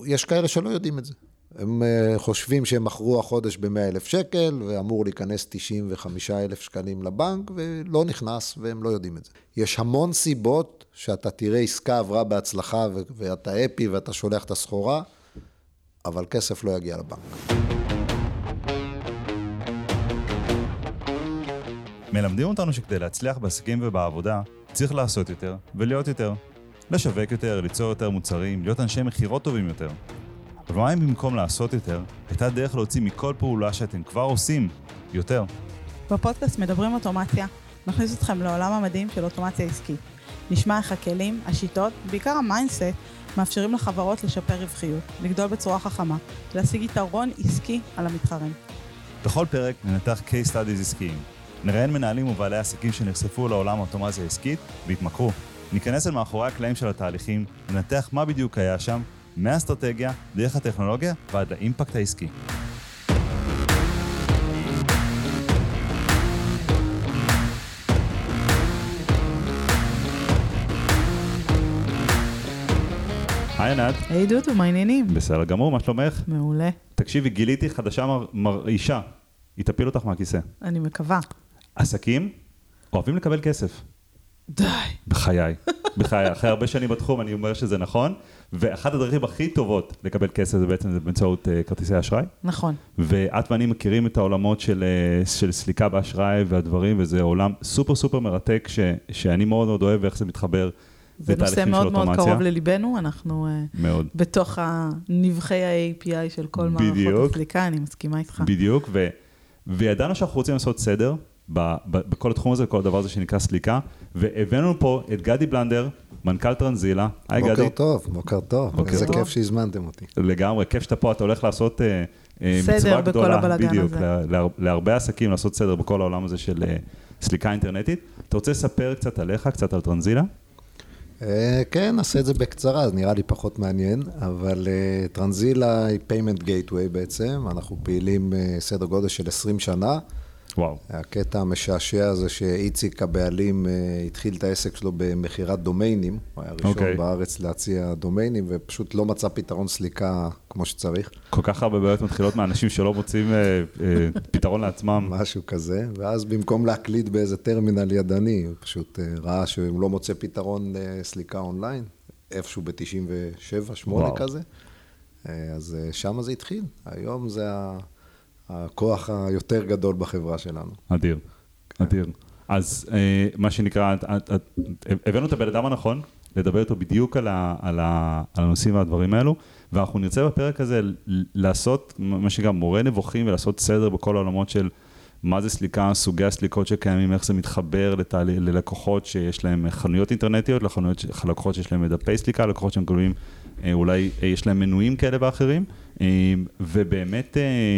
יש כאלה שלא יודעים את זה. הם חושבים שהם מכרו החודש ב100,000 שקל, ואמור להיכנס 95,000 שקלים לבנק, ולא נכנס, והם לא יודעים את זה. יש המון סיבות שאתה תראה עסקה עברה בהצלחה, ואתה אפי ואתה שולח את הסחורה, אבל כסף לא יגיע לבנק. מלמדים אותנו שכדי להצליח בעסקים ובעבודה, צריך לעשות יותר ולהיות יותר. לשווק יותר, ליצור יותר מוצרים, להיות אנשי מחירות טובים יותר. אבל מה אם במקום לעשות יותר, הייתה דרך להוציא מכל פעולה שאתם כבר עושים יותר? בפודקאסט מדברים אוטומציה, נכניס אתכם לעולם המדהים של אוטומציה עסקית. נשמע איך הכלים, השיטות, בעיקר המיינדסט, מאפשרים לחברות לשפר רווחיות, לגדול בצורה חכמה, להשיג יתרון עסקי על המתחרים. בכל פרק ננתח case studies עסקיים. נראיין מנהלים ובעלי עסקים שנחשפו לעולם האוטומציה העסקית והתמכרו. ניכנס אל מאחורי הקלעים של התהליכים, ננתח מה בדיוק היה שם, מהאסטרטגיה, דרך הטכנולוגיה ועד לאימפקט העסקי. היי ענת. היי דודו, מה העניינים? בסדר גמור, מה שלומך? מעולה. תקשיבי, גיליתי חדשה מרעישה. היא תפיל אותך מהכיסא. אני מקווה. עסקים אוהבים לקבל כסף. די. בחיי. אחרי הרבה שנים בתחום אני אומר שזה נכון, ואחת הדרכים הכי טובות לקבל כסף זה בעצם באמצעות כרטיסי אשראי. נכון. ואת ואני מכירים את העולמות של סליקה באשראי והדברים, וזה עולם סופר סופר מרתק שאני מאוד מאוד אוהב ואיך זה מתחבר לתהליכים של אוטומציה. זה נושא מאוד מאוד קרוב לליבנו, אנחנו מאוד. בתוך הנבחי ה-API של כל מערכות הסליקה, אני מסכימה איתך. בדיוק, וידענו שאנחנו רוצים לעשות סדר, בכל התחום הזה, בכל הדבר הזה שנקרא סליקה, והבאנו פה את גדי בלנדר, מנכ"ל טרנזילה. היי גדי. בוקר טוב. איזה כיף שהזמנתם אותי. לגמרי, כיף שאתה פה, אתה הולך לעשות מצווה גדולה, בדיוק, להרבה עסקים לעשות סדר בכל העולם הזה של סליקה אינטרנטית. אתה רוצה לספר קצת עליך, קצת על טרנזילה? כן, נעשה את זה בקצרה, זה נראה לי פחות מעניין, אבל טרנזילה היא payment gateway בעצם, אנחנו פעילים סדר גודל של 20 שנה, וואו. הקטע המשעשע זה שאיציק הבעלים התחיל את העסק שלו במחירת דומיינים, הוא היה ראשון בארץ להציע דומיינים, ופשוט לא מצא פתרון סליקה כמו שצריך. כל כך הרבה בעיות מתחילות מאנשים שלא מוצאים פתרון לעצמם. משהו כזה, ואז במקום להקליד באיזה טרמינל ידני, הוא פשוט ראה שהוא לא מוצא פתרון לסליקה אונליין, איפשהו ב-97-8 כזה, אז שם זה התחיל. היום זה הכוח היותר גדול בחברה שלנו. אדיר, אדיר. אז מה שנקרא, הבאנו את הבן אדם הנכון, לדבר איתו בדיוק על הנושאים והדברים האלו, ואנחנו נרצה בפרק הזה לעשות מה שנקרא מורה נבוכים, ולעשות סדר בכל העולמות של מה זה סליקה, סוגי הסליקות שקיימים, איך זה מתחבר ללקוחות שיש להם חנויות אינטרנטיות, ללקוחות שיש להם דפי סליקה, לקוחות שהם גדולים, אולי יש להם מנויים כאלה ואחרים, ובאמת,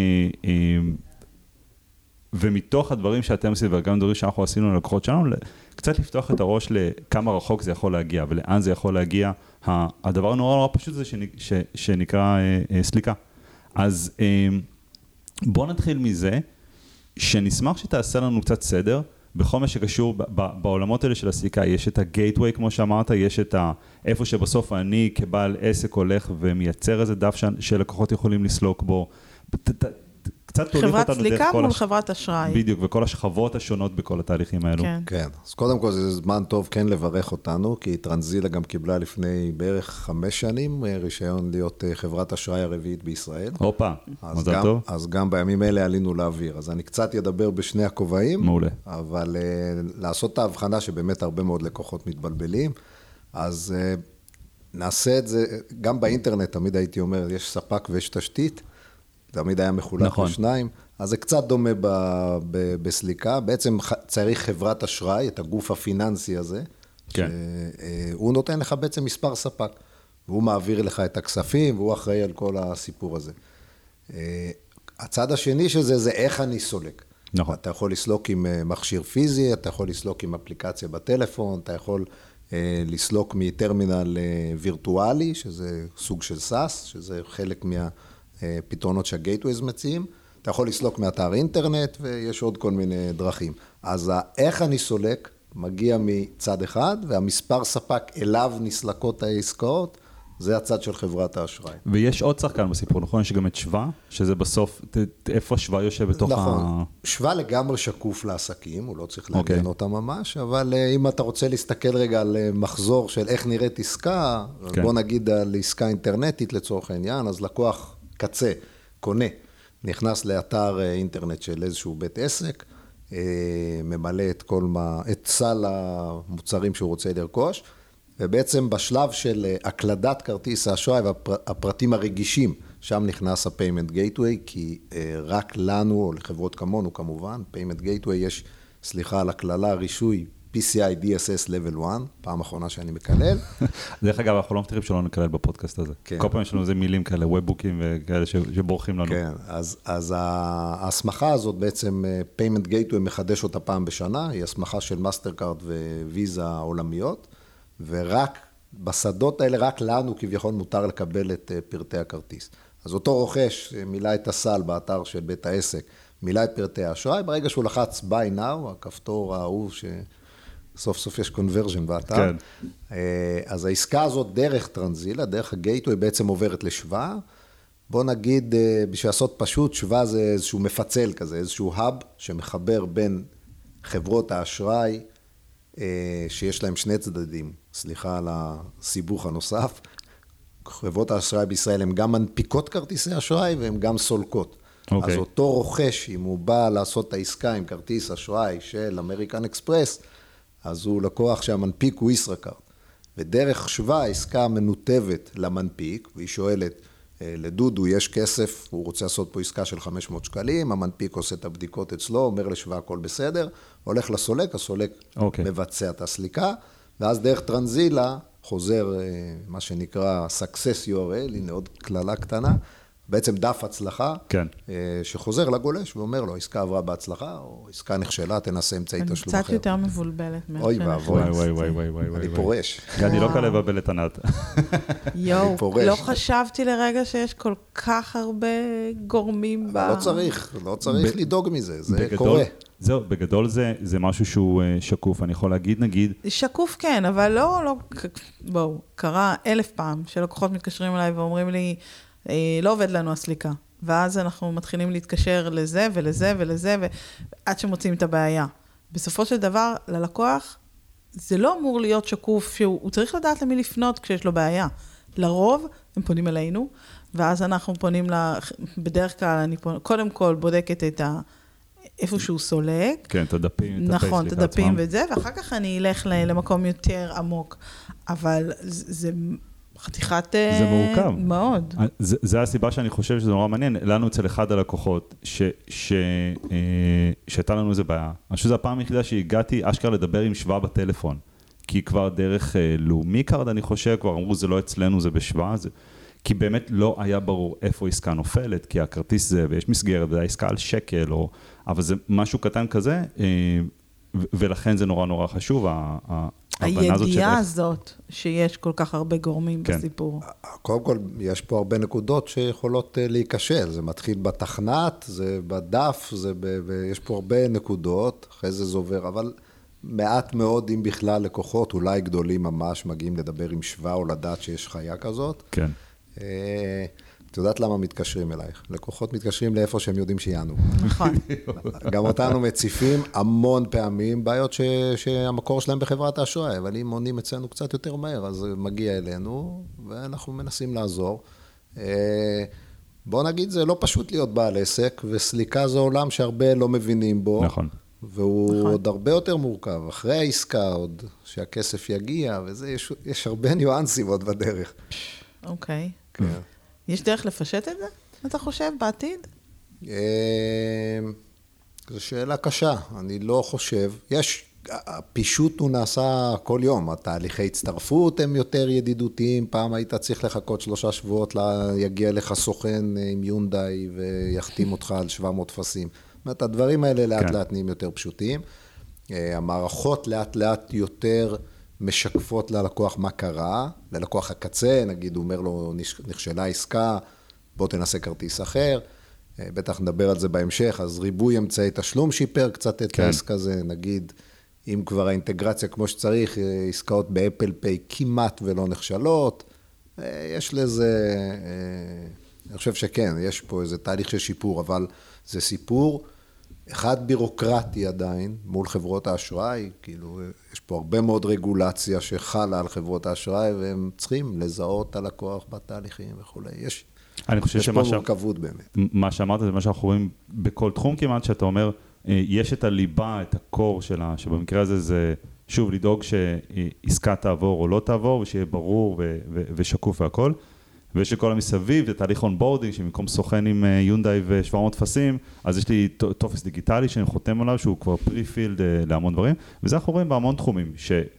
ומתוך הדברים שאתם עושים, וגם דברים שאנחנו עשינו ללקוחות שלנו, קצת לפתוח את הראש לכמה רחוק זה יכול להגיע, ולאן זה יכול להגיע. הדבר נורא נורא פשוט זה שנקרא סליקה. אז בואו נתחיל מזה, שנשמח שתעשה לנו קצת סדר, בכל מה שקשור בעולמות האלה של הסליקה, יש את הגייטווי, כמו שאמרת, יש את איפה שבסוף אני כבעל עסק הולך ומייצר איזה דף שלקוחות יכולים לסלוק בו. קצת תוליך אותנו חברת סליקה מול חברת אשראי. בדיוק, וכל השכבות השונות בכל התהליכים האלו. כן, אז קודם כל זה זמן טוב כן לברך אותנו, כי טרנזילה גם קיבלה לפני בערך 5 שנים רישיון להיות חברת אשראי הרביעית בישראל. הופה, מזל טוב. אז גם בימים אלה עלינו לאוויר, אז אני קצת ידבר בשני הכובעים. מעולה. אבל לעשות את ההבחנה שבאמת הרבה מאוד לקוחות מתבלבלים, אז נעשה את זה, גם באינטרנט תמיד הייתי אומר, יש ספק ויש תשתית, תמיד היה מחולק לשניים, אז זה קצת דומה בסליקה, בעצם צריך חברת אשראי, את הגוף הפיננסי הזה, שהוא נותן לך בעצם מספר ספק, והוא מעביר לך את הכספים, והוא אחראי על כל הסיפור הזה. הצד השני של זה, זה איך אני סולק. נכון. אתה יכול לסלוק עם מכשיר פיזי, אתה יכול לסלוק עם אפליקציה בטלפון, אתה יכול לסלוק מטרמינל וירטואלי, שזה סוג של SaaS, שזה חלק פתרונות שהגייטווייז מציעים, אתה יכול לסלוק מאתר אינטרנט, ויש עוד כל מיני דרכים. אז איך אני סולק מגיע מצד אחד, והמספר ספק אליו נסלקות העסקאות, זה הצד של חברת האשראי. ויש עוד שחקן בסיפור, נכון? יש גם את שווה, שזה בסוף, איפה שווה יושב בתוך נכון. שווה לגמרי שקוף לעסקים, הוא לא צריך לעניין אותה ממש, אבל אם אתה רוצה להסתכל רגע על מחזור של איך נראית עסקה, בוא נגיד על עסקה אינטרנטית לצורך העניין, אז לקוח קצה, קונה, נכנס לאתר אינטרנט של איזשהו בית עסק, ממלא את סל המוצרים שהוא רוצה לרכוש, ובעצם בשלב של הקלדת כרטיס האשראי והפרטים הרגישים, שם נכנס ה-Payment Gateway, כי רק לנו, או לחברות כמונו כמובן, Payment Gateway יש, סליחה על הכללה, רישוי PCI DSS Level 1, פעם אחרונה שאני מקלל. דרך אגב, אנחנו לא מבטיחים שלא נקלל בפודקאסט הזה. כל פעם יש לנו איזה מילים כאלה, וובבוקים וכאלה שבורחים לנו. כן, אז ההסמכה הזאת בעצם, Payment Gateway מחדש אותה פעם בשנה, היא הסמכה של מאסטרקארד וויזה עולמיות, ורק בשדות האלה, רק לנו כביכול מותר לקבל את פרטי הכרטיס. אז אותו רוכש מילא את הסל באתר של בית העסק, מילא את פרטי האשראי, ברגע שהוא לחץ buy now, הכפתור האהוב שסוף סוף יש conversion באתר, כן. אז העסקה הזאת דרך טרנזילה, דרך הגייטווי בעצם עוברת לשווה, בוא נגיד, בשביל לעשות פשוט, שווה זה איזשהו מפצל כזה, איזשהו hub שמחבר בין חברות האשראי, שיש להם שני צדדים, סליחה על הסיבוך הנוסף, חברות האשראי בישראל הן גם מנפיקות כרטיסי אשראי והן גם סולקות. אז אותו רוכש, אם הוא בא לעשות את העסקה עם כרטיס אשראי של אמריקן אקספרס, אז הוא לקוח שהמנפיק הוא ישראכרט. ודרך שווה העסקה מנותבת למנפיק, והיא שואלת, לדודו יש כסף, הוא רוצה לעשות פה עסקה של 500 שקלים, המנפיק עושה את הבדיקות אצלו, אומר לשווה הכל בסדר, הולך לסולק, הסולק מבצע את הסליקה, ואז דרך טרנזילה חוזר מה שנקרא Success URL, הנה עוד כללה קטנה, בעצם דף הצלחה, כן. שחוזר לגולש ואומר לו, עסקה עברה בהצלחה, או עסקה נכשלה, תנסה אמצעי תשלום אחר. אני קצת יותר מבולבלת. אוי ואבוי, אני פורש. אני לא קלה בבלת ענת. יואו, לא חשבתי לרגע שיש כל כך הרבה גורמים ב... לא צריך לדאוג מזה, זה קורה. זהו, בגדול זה משהו שהוא שקוף, אני יכול להגיד, נגיד... שקוף כן, אבל לא, בואו, קרה 1000 פעם שלקוחות מתקשרים אליי ואומרים לי, לא עובד לנו הסליקה, ואז אנחנו מתחילים להתקשר לזה ולזה ולזה, ועד שמוצאים את הבעיה. בסופו של דבר, ללקוח, זה לא אמור להיות שקוף, שהוא צריך לדעת למי לפנות כשיש לו בעיה. לרוב, הם פונים אלינו, ואז אנחנו פונים, בדרך כלל, אני קודם כל בודקת את איפה שהוא סולק. כן, את הדפים. נכון, את הדפים וזה, ואחר כך אני אלך למקום יותר עמוק. אבל זה... חתיכת... זה מורכב. מאוד. זה הסיבה שאני חושב שזה נורא מעניין. לנו אצל אחד הלקוחות, שהייתה לנו איזה בעיה. אני חושב שזו הפעם היחידה שהגעתי אשכרה לדבר עם שווה בטלפון. כי כבר דרך לאומי קארד, אני חושב, כבר אמרו, זה לא אצלנו, זה בשווה. כי באמת לא היה ברור איפה עסקה נופלת, כי הכרטיס זה, ויש מסגרת, וזה העסקה על שקל, אבל זה משהו קטן כזה, ולכן זה נורא נורא חשוב, הידיעה הזאת שיש כל כך הרבה גורמים בסיפור. קודם כל, יש פה הרבה נקודות שיכולות להיכשל. זה מתחיל בתכנת, זה בדף, יש פה הרבה נקודות, אחרי זה עובר, אבל מעט מאוד, אם בכלל לקוחות, אולי גדולים ממש, מגיעים לדבר עם שווה או לדעת שיש חיה כזאת. כן. את יודעת למה מתקשרים אלייך? לקוחות מתקשרים לאיפה שהם יודעים שיענו. נכון. גם אותנו מציפים המון פעמים בעיות שהמקור שלהם בחברת האשראי, אבל אם עונים אצלנו קצת יותר מהר, אז זה מגיע אלינו, ואנחנו מנסים לעזור. בוא נגיד, זה לא פשוט להיות בעל עסק, וסליקה זה עולם שהרבה לא מבינים בו. נכון. והוא עוד הרבה יותר מורכב. אחרי העסקה עוד, שהכסף יגיע, וזה, יש הרבה ניואנסים עוד בדרך. אוקיי. כן. יש דרך לפשט את זה, אתה חושב, בעתיד? זו שאלה קשה, אני לא חושב. הפישוט הוא נעשה כל יום, התהליכי הצטרפות הם יותר ידידותיים, פעם היית צריך לחכות 3 שבועות, יגיע לך סוכן עם יונדאי ויחתים אותך על 700 תפסים. זאת אומרת, הדברים האלה לאט לאט נהיים יותר פשוטים. המערכות לאט לאט יותר משקפות ללקוח מה קרה, ללקוח הקצה, נגיד הוא אומר לו, נכשלה עסקה, בוא תנסה כרטיס אחר, בטח נדבר על זה בהמשך, אז ריבוי אמצעי תשלום שיפר קצת את העסק הזה, נגיד, אם כבר האינטגרציה כמו שצריך, עסקאות באפל פיי כמעט ולא נכשלות, יש לזה, אני חושב שכן, יש פה איזה תהליך של שיפור, אבל זה סיפור אחד בירוקרטי עדיין מול חברות האשראי, כאילו יש פה הרבה מאוד רגולציה שחלה על חברות האשראי, והם צריכים לזהות הלקוח בתהליכים וכולי. יש פה מורכבות באמת. מה שאמרת זה מה שאנחנו רואים בכל תחום כמעט, שאתה אומר, יש את הליבה, את הקור שלה, שבמקרה הזה זה שוב לדאוג שעסקה תעבור או לא תעבור, ושיהיה ברור ושקוף והכל. ויש לכל המסביב, זה תהליך אונבורדינג, שבמקום סוכן עם יונדאי ו700 תפסים, אז יש לי טופס דיגיטלי שאני חותם עליו, שהוא כבר פרי-פילד להמון דברים, וזה אנחנו רואים בהמון תחומים,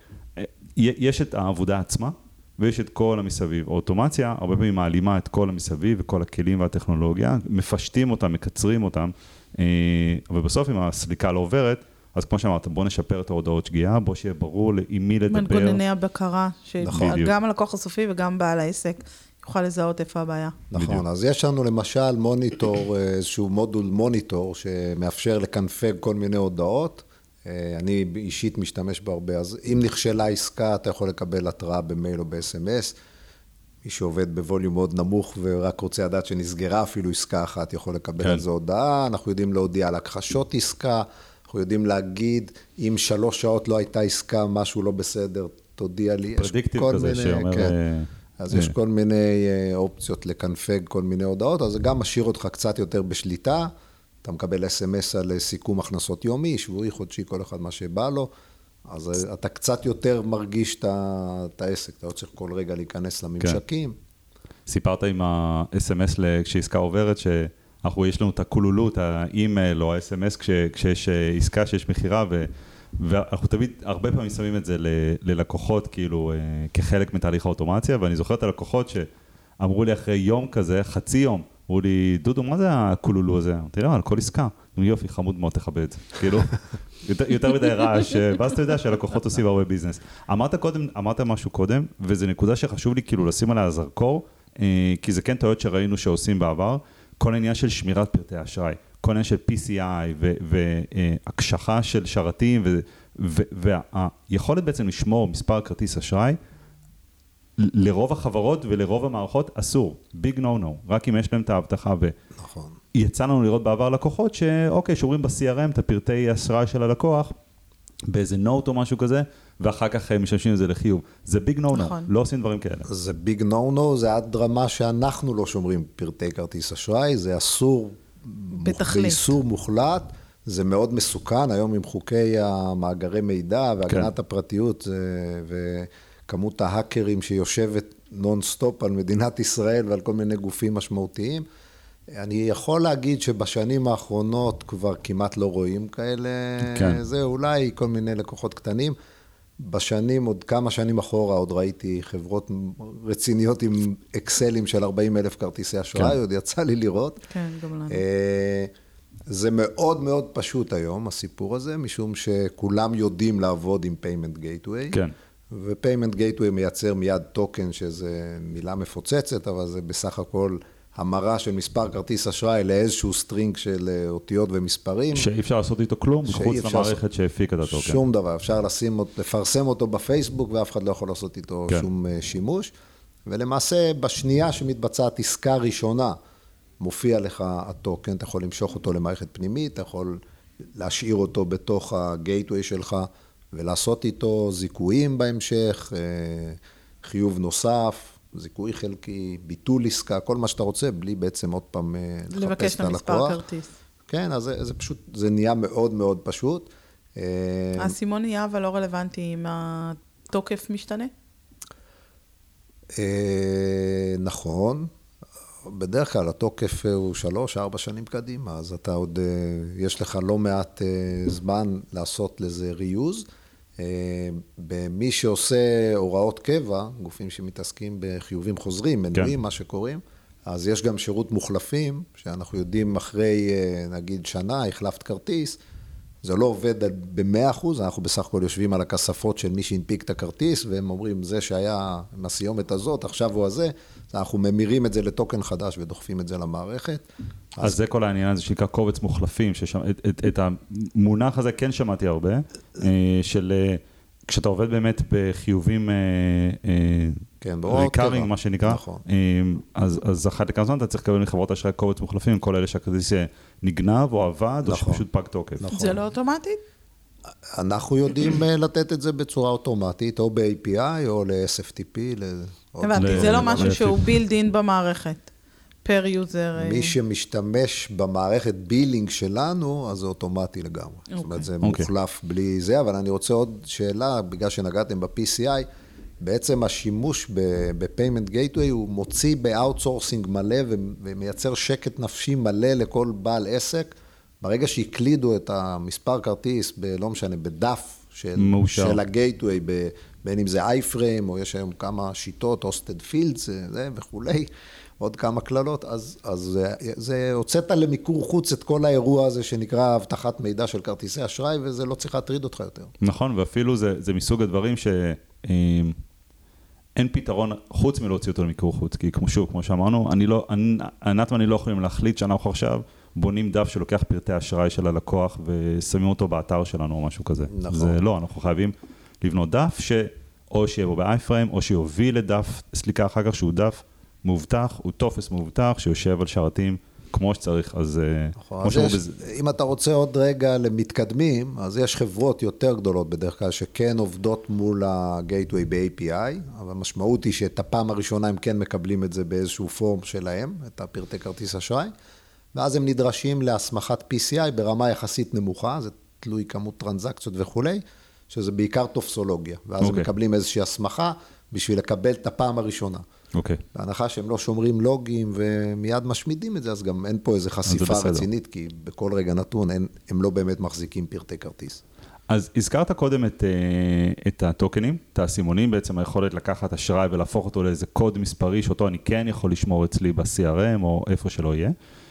שיש את העבודה עצמה, ויש את כל המסביב. האוטומציה, הרבה פעמים מעלימה את כל המסביב, וכל הכלים והטכנולוגיה, מפשטים אותם, מקצרים אותם, אבל בסוף אם הסליקה לא עוברת, אז כמו שאמרת, בוא נשפר את ההודעות שגיאה, בוא שיהיה ברור עם מי לדבר. מנגנוני הבקרה, שגם הלקוח הסופי וגם בעל העסק, יוכל לזהות איפה הבעיה. נכון, אז יש לנו למשל מוניטור, איזשהו מודול מוניטור, שמאפשר לקנפג כל מיני הודעות, אני אישית משתמש בה הרבה, אז אם נכשלה עסקה, אתה יכול לקבל התראה במייל או ב-SMS, מי שעובד בווליום מאוד נמוך ורק רוצה לדעת שנסגרה אפילו עסקה אחת, יכול לקבל על זה הודעה, אנחנו יודעים להודיע על הכחשות עסקה, אנחנו יודעים להגיד, אם 3 שעות לא הייתה עסקה, משהו לא בסדר, תודיע לי. פרדיקטיב כזה שאומר... אז יש כל מיני אופציות לקנפג כל מיני הודעות, אז זה גם משאיר אותך קצת יותר בשליטה, אתה מקבל SMS על סיכום הכנסות יומי, שבועי, חודשי, כל אחד מה שבא לו, אז אתה קצת יותר מרגיש את העסק, אתה לא צריך כל רגע להיכנס לממשקים. סיפרת עם ה-SMS כשעסקה עוברת, יש לנו את הכוללות, האימייל או ה-SMS כשיש עסקה, שיש מחירה, ואנחנו תמיד, הרבה פעמים שמים את זה ללקוחות, כאילו, כחלק מתהליך האוטומציה, ואני זוכר את הלקוחות שאמרו לי אחרי יום כזה, חצי יום, אמרו לי, דודו, מה זה הכולולו הזה? אמרתי, לא, על כל עסקה. יופי, חמוד מאוד, תכבד את זה. כאילו, יותר מדי רעש, ואז אתה יודע שהלקוחות עושים הרבה ביזנס. אמרת משהו קודם, וזו נקודה שחשוב לי כאילו לשים עליה זרקור, כי זה כן טעויות שראינו שעושים בעבר, כל העניין של שמירת פרטי אשראי, כל העניין של PCI והקשחה של שרתים, והיכולת בעצם לשמור מספר כרטיס אשראי, לרוב החברות ולרוב המערכות אסור, ביג נו נו, רק אם יש להם את ההבטחה. נכון. יצא לנו לראות בעבר לקוחות שאוקיי, שורים ב-CRM את הפרטי אשראי של הלקוח, באיזה נוט או משהו כזה, ואחר כך משתמשים את זה לחיוב. זה ביג נו נו, לא עושים דברים כאלה. זה ביג נו נו, זה עד רמה שאנחנו לא שומרים פרטי כרטיס אשראי, זה אסור, באיסור מוחלט, זה מאוד מסוכן, היום עם חוקי המאגרי מידע והגנת הפרטיות וכמות ההאקרים שיושבת נון-סטופ על מדינת ישראל ועל כל מיני גופים משמעותיים. אני יכול להגיד שבשנים האחרונות כבר כמעט לא רואים כאלה, זה אולי כל מיני לקוחות קטנים. בשנים, עוד כמה שנים אחורה, עוד ראיתי חברות רציניות עם אקסלים של 40,000 כרטיסי אשראי, עוד יצא לי לראות. כן, גם לנו. זה מאוד מאוד פשוט היום, הסיפור הזה, משום שכולם יודעים לעבוד עם Payment Gateway. כן. ו-Payment Gateway מייצר מיד טוקן, שזה מילה מפוצצת, אבל זה בסך הכל המרה של מספר כרטיס אשראי לאיזשהו סטרינג של אותיות ומספרים. שאי אפשר לעשות איתו כלום, מחוץ למערכת שהפיק את הטוקן. שום דבר, אפשר לפרסם אותו בפייסבוק, ואף אחד לא יכול לעשות איתו שום שימוש. ולמעשה, בשנייה שמתבצעת עסקה ראשונה, מופיע לך הטוקן, אתה יכול למשוך אותו למערכת פנימית, אתה יכול להשאיר אותו בתוך הגייטווי שלך, ולעשות איתו זיכויים בהמשך, חיוב נוסף, זיכוי חלקי, ביטול עסקה, כל מה שאתה רוצה, בלי בעצם עוד פעם לחפש את הלקוח. למספר כרטיס. כן, אז זה פשוט, זה נהיה מאוד מאוד פשוט. הסימון נהיה אבל לא רלוונטי אם התוקף משתנה? נכון. בדרך כלל התוקף הוא 3-4 שנים קדימה, אז אתה עוד, יש לך לא מעט זמן לעשות לזה ריוז. במי שעושה הוראות קבע, גופים שמתעסקים בחיובים חוזרים, מנויים, מה שקוראים, אז יש גם שירות מוחלפים, שאנחנו יודעים אחרי, נגיד, שנה, החלפת כרטיס, זה לא עובד ב-100%, אנחנו בסך הכל יושבים על הכספות של מי שהנפיק את הכרטיס, והם אומרים, זה שהיה עם הסיומת הזאת, עכשיו הוא הזה, אנחנו ממירים את זה לטוקן חדש ודוחפים את זה למערכת. אז זה כל העניין הזה שנקרא קובץ מוחלפים, את המונח הזה כן שמעתי הרבה, של כשאתה עובד באמת בחיובים כן, ריקארינג, מה שנקרא, נכון. אז אחת לכמה זמן אתה צריך לקבל מחברות אשראי קובץ מוחלפים, כל אלה שהכרטיס נגנב או עבד, או נכון. שפשוט פג תוקף. נכון. זה לא אוטומטית? אנחנו יודעים לתת את זה בצורה אוטומטית, או ב-API או ל-SFTP. הבנתי, זה לא משהו שהוא build in במערכת, per user. מי שמשתמש במערכת בילינג שלנו, אז זה אוטומטי לגמרי. זאת אומרת, זה מוחלף בלי זה, אבל אני רוצה עוד שאלה, בגלל שנגעתם ב-PCI, בעצם השימוש ב-Payment Gateway הוא מוציא ב-outsourcing מלא ומייצר שקט נפשי מלא לכל בעל עסק, ברגע שהקלידו את המספר כרטיס, לא משנה, בדף של ה-Gateway, בין אם זה i-frame, או יש היום כמה שיטות, hosted fields וכולי, עוד כמה כללות, אז זה הוצאת למיקור חוץ את כל האירוע הזה שנקרא הבטחת מידע של כרטיסי אשראי, וזה לא צריך להטריד אותך יותר. נכון, ואפילו זה מסוג הדברים שאין פתרון חוץ מלהוציא אותו למיקור חוץ, כי כמו שאמרנו, ענת ואני לא יכולים להחליט שאנחנו עכשיו בונים דף שלוקח פרטי אשראי של הלקוח ושמים אותו באתר שלנו או משהו כזה. נכון. זה לא, אנחנו חייבים לבנות דף או שיהיה בו ב-i-frame, או שיוביל לדף סליקה אחר כך שהוא דף מובטח, הוא טופס מובטח שיושב על שרתים כמו שצריך, אז נכון, אז אם אתה רוצה עוד רגע למתקדמים, אז יש חברות יותר גדולות בדרך כלל שכן עובדות מול ה-Gateway ב-API, אבל המשמעות היא שאת הפעם הראשונה הם כן מקבלים את זה באיזשהו פורם שלהם, את הפרטי כרטיס אשראי, ואז הם נדרשים להסמכת PCI ברמה יחסית נמוכה, זה תלוי כמות טרנזקציות וכולי, שזה בעיקר טופסולוגיה, ואז הם מקבלים איזושהי הסמכה בשביל לקבל את הפעם הראשונה. בהנחה שהם לא שומרים לוגים ומיד משמידים את זה, אז גם אין פה איזו חשיפה רצינית, כי בכל רגע נתון הם לא באמת מחזיקים פרטי כרטיס. אז הזכרת קודם את הטוקנים, את הסימונים, בעצם היכולת לקחת אשראי ולהפוך אותו לאיזה קוד מספרי, שאותו אני כן יכול לשמור אצלי ב-CRM או איפה שלא יהיה.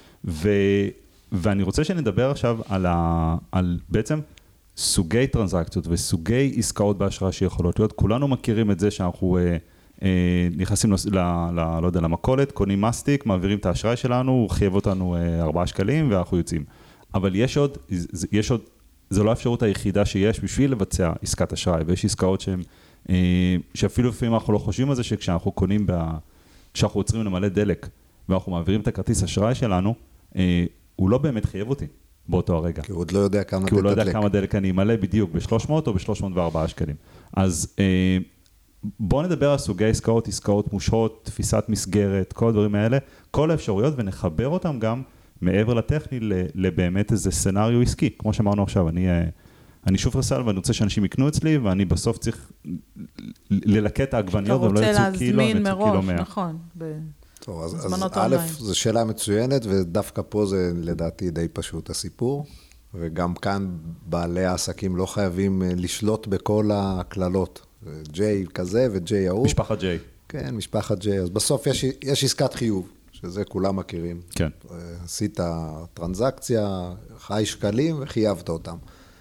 ואני רוצה שנדבר עכשיו על בעצם סוגי טרנזקציות וסוגי עסקאות באשראי שיכולות להיות. כולנו מכירים את זה שאנחנו נכנסים לא יודע, למכולת, קונים מסטיק, מעבירים את האשראי שלנו, הוא חייב אותנו 4 שקלים ואנחנו יוצאים. אבל יש עוד, זו לא האפשרות היחידה שיש בשביל לבצע עסקת אשראי, ויש עסקאות שאפילו לפעמים אנחנו לא חושבים על זה, שכשאנחנו קונים, כשאנחנו עוצרים למלא דלק, ואנחנו מעבירים את הכרטיס אשראי שלנו, הוא לא באמת חייב אותי באותו הרגע. כי הוא עוד לא יודע כמה דלק. כי הוא לא יודע כמה דלק אני אמלא בדיוק ב-300 או ב-304 שקלים. אז בואו נדבר על סוגי עסקאות, עסקאות מושהות, תפיסת מסגרת, כל הדברים האלה, כל האפשרויות, ונחבר אותם גם מעבר לטכני לבאמת איזה סנריו עסקי. כמו שאמרנו עכשיו, אני שוב רסל ואני רוצה שאנשים יקנו אצלי, ואני בסוף צריך ללקט העגבניות, והם לא יצאו קילו, הם יצאו קילו 100. נכון, טוב, אז א', זו שאלה מצוינת, ודווקא פה זה לדעתי די פשוט הסיפור, וגם כאן בעלי העסקים לא חייבים לשלוט בכל הכללות. J כזה ו-J ההוא. משפחת J. כן, משפחת J. אז בסוף יש עסקת חיוב, שזה כולם מכירים. כן. עשית טרנזקציה, חי שקלים וחייבת אותם.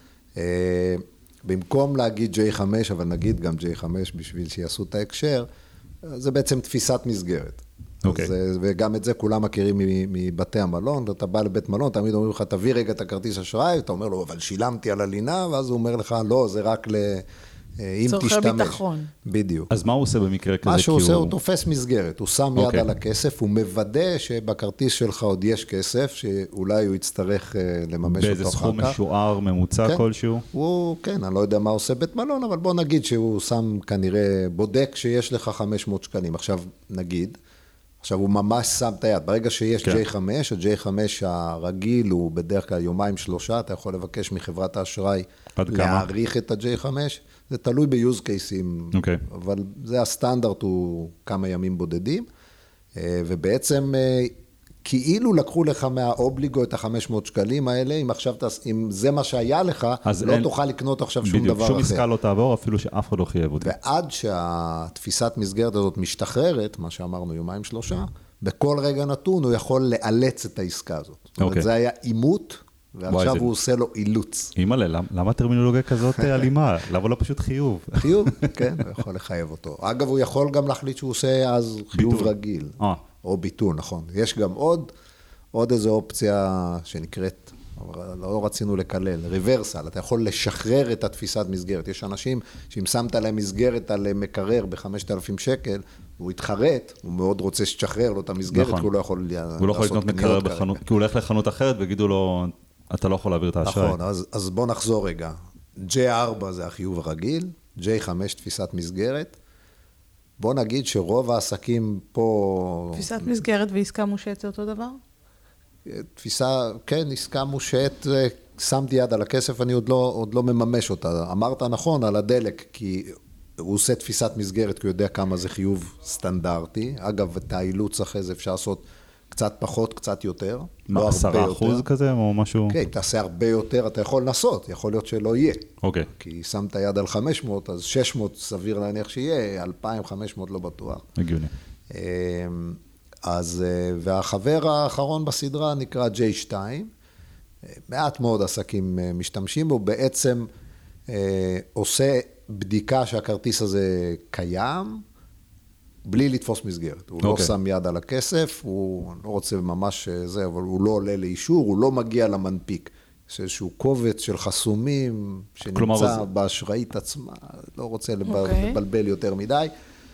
במקום להגיד J5, אבל נגיד גם J5 בשביל שיעשו את ההקשר, זה בעצם תפיסת מסגרת. אוקיי. וגם את זה כולם מכירים מבתי המלון, ואתה בא לבית מלון, תמיד אומרים לך, תביא רגע את הכרטיס אשראי, אתה אומר לו, אבל שילמתי על הלינה, ואז הוא אומר לך, לא, זה רק אם תשתמש. צורכי ביטחון. בדיוק. אז מה הוא עושה במקרה כזה? מה שהוא עושה, הוא תופס מסגרת, הוא שם יד על הכסף, הוא מוודא שבכרטיס שלך עוד יש כסף, שאולי הוא יצטרך לממש אותו אחר כך. באיזה סכום משוער, ממוצע כלשהו? כן, אני לא יודע מה עושה בית מלון, אבל בוא נגיד שהוא שם כנראה בודק שיש לך 500 שקלים. עכשיו נגיד, עכשיו הוא ממש שם את היד, ברגע שיש J5, ה-J5 הרגיל הוא בדרך כלל 2-3, אתה יכול לבקש מחברת האשראי להעריך את ה-J5, זה תלוי ב-use cases, אבל זה הסטנדרט, הוא כמה ימים בודדים, ובעצם כאילו לקחו לך מהאובליגו את ה-500 שקלים האלה, אם זה מה שהיה לך, לא תוכל לקנות עכשיו שום דבר אחר. שום עסקה לא תעבור, אפילו שאף אחד לא חייב אותי. ועד שהתפיסת מסגרת הזאת משתחררת, מה שאמרנו 2-3, בכל רגע נתון הוא יכול לאלץ את העסקה הזאת. זאת אומרת, זה היה אימות, ועכשיו הוא עושה לו אילוץ. אימא'לה, למה הטרמינולוגיה כזאת אלימה? למה לא פשוט חיוב? חיוב, כן, הוא יכול לחייב אותו. אגב, הוא יכול גם להחליט שהוא עושה אז חיוב רגיל. או ביטול, נכון. יש גם עוד איזו אופציה שנקראת אבל לא רצינו לקלל, ריברסל, אתה יכול לשחרר את התפיסת מסגרת. יש אנשים שאם שמת להם מסגרת על מקרר ב-5,000 שקל, הוא התחרט, הוא מאוד רוצה שתשחרר לו את המסגרת, נכון. כי הוא לא יכול הוא לא יכול לקנות מקרר בחנות, כי הוא הולך לחנות אחרת ויגידו לו, אתה לא יכול להעביר את האשראי. נכון, אז בוא נחזור רגע. J4 זה החיוב הרגיל, J5 תפיסת מסגרת. בוא נגיד שרוב העסקים פה... תפיסת מסגרת ועסקה מושעת זה אותו דבר? תפיסה, כן, עסקה מושעת, שמתי יד על הכסף, אני עוד לא מממש אותה. אמרת נכון על הדלק, כי הוא עושה תפיסת מסגרת, כי הוא יודע כמה זה חיוב סטנדרטי. אגב, את האילוץ אחרי זה אפשר לעשות קצת פחות, קצת יותר. מה, 10% כזה או משהו? כן, תעשה הרבה יותר, אתה יכול לנסות, יכול להיות שלא יהיה. אוקיי. כי שמת יד על 500, אז 600 סביר להניח שיהיה, 2,500 לא בטוח. הגיוני. אז, והחבר האחרון בסדרה נקרא J2, מעט מאוד עסקים משתמשים בו, בעצם עושה בדיקה שהכרטיס הזה קיים, בלי לתפוס מסגרת. הוא לא שם יד על הכסף, הוא לא רוצה ממש זה, אבל הוא לא עולה לאישור, הוא לא מגיע למנפיק. יש איזשהו קובץ של חסומים שנמצא באשראית עצמה, לא רוצה לבלבל יותר מדי.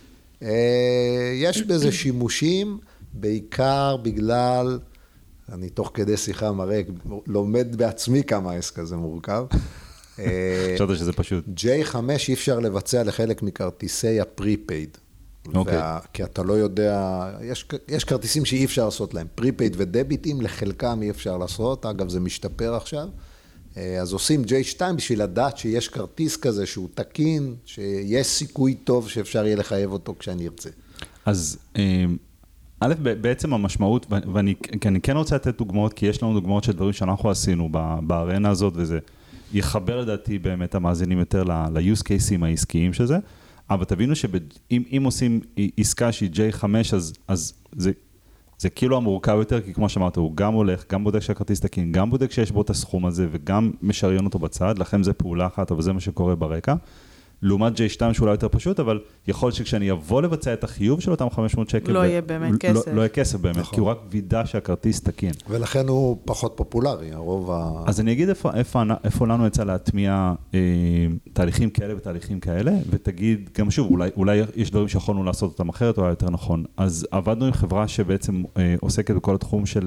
יש בזה שימושים, בעיקר בגלל, אני תוך כדי שיחה מראה, לומד בעצמי כמה העסק הזה מורכב. חשבת שזה פשוט. J5 אי אפשר לבצע לחלק מכרטיסי הפרי-פייד. כי אתה לא יודע, יש כרטיסים שאי אפשר לעשות להם, פרי-פייד ודביטים, לחלקם אי אפשר לעשות, אגב זה משתפר עכשיו. אז עושים J2 בשביל לדעת שיש כרטיס כזה שהוא תקין, שיש סיכוי טוב שאפשר יהיה לחייב אותו כשאני ארצה. אז א', בעצם המשמעות, ואני כן רוצה לתת דוגמאות, כי יש לנו דוגמאות של דברים שאנחנו עשינו בארנה הזאת, וזה יחבר לדעתי באמת המאזינים יותר ל-use cases העסקיים שזה, אבל תבינו שאם עושים עסקה שהיא J5, אז זה כאילו המורכב יותר, כי כמו שאמרת, הוא גם הולך, גם בודק שהכרטיס תקין, גם בודק שיש בו את הסכום הזה, וגם משריין אותו בצד, לכם זה פעולה אחת, אבל זה מה שקורה ברקע. לעומת J2 שאולי יותר פשוט, אבל יכול להיות שכשאני אבוא לבצע את החיוב של אותם 500 שקל, לא יהיה באמת כסף. לא יהיה כסף באמת, כי הוא רק וידא שהכרטיס תקין. ולכן הוא פחות פופולרי, אז אני אגיד איפה לנו יצא להטמיע תהליכים כאלה ותהליכים כאלה, ותגיד, גם שוב, אולי יש דברים שיכולנו לעשות אותם אחרת, או יותר נכון. אז עבדנו עם חברה שבעצם עוסקת בכל התחום של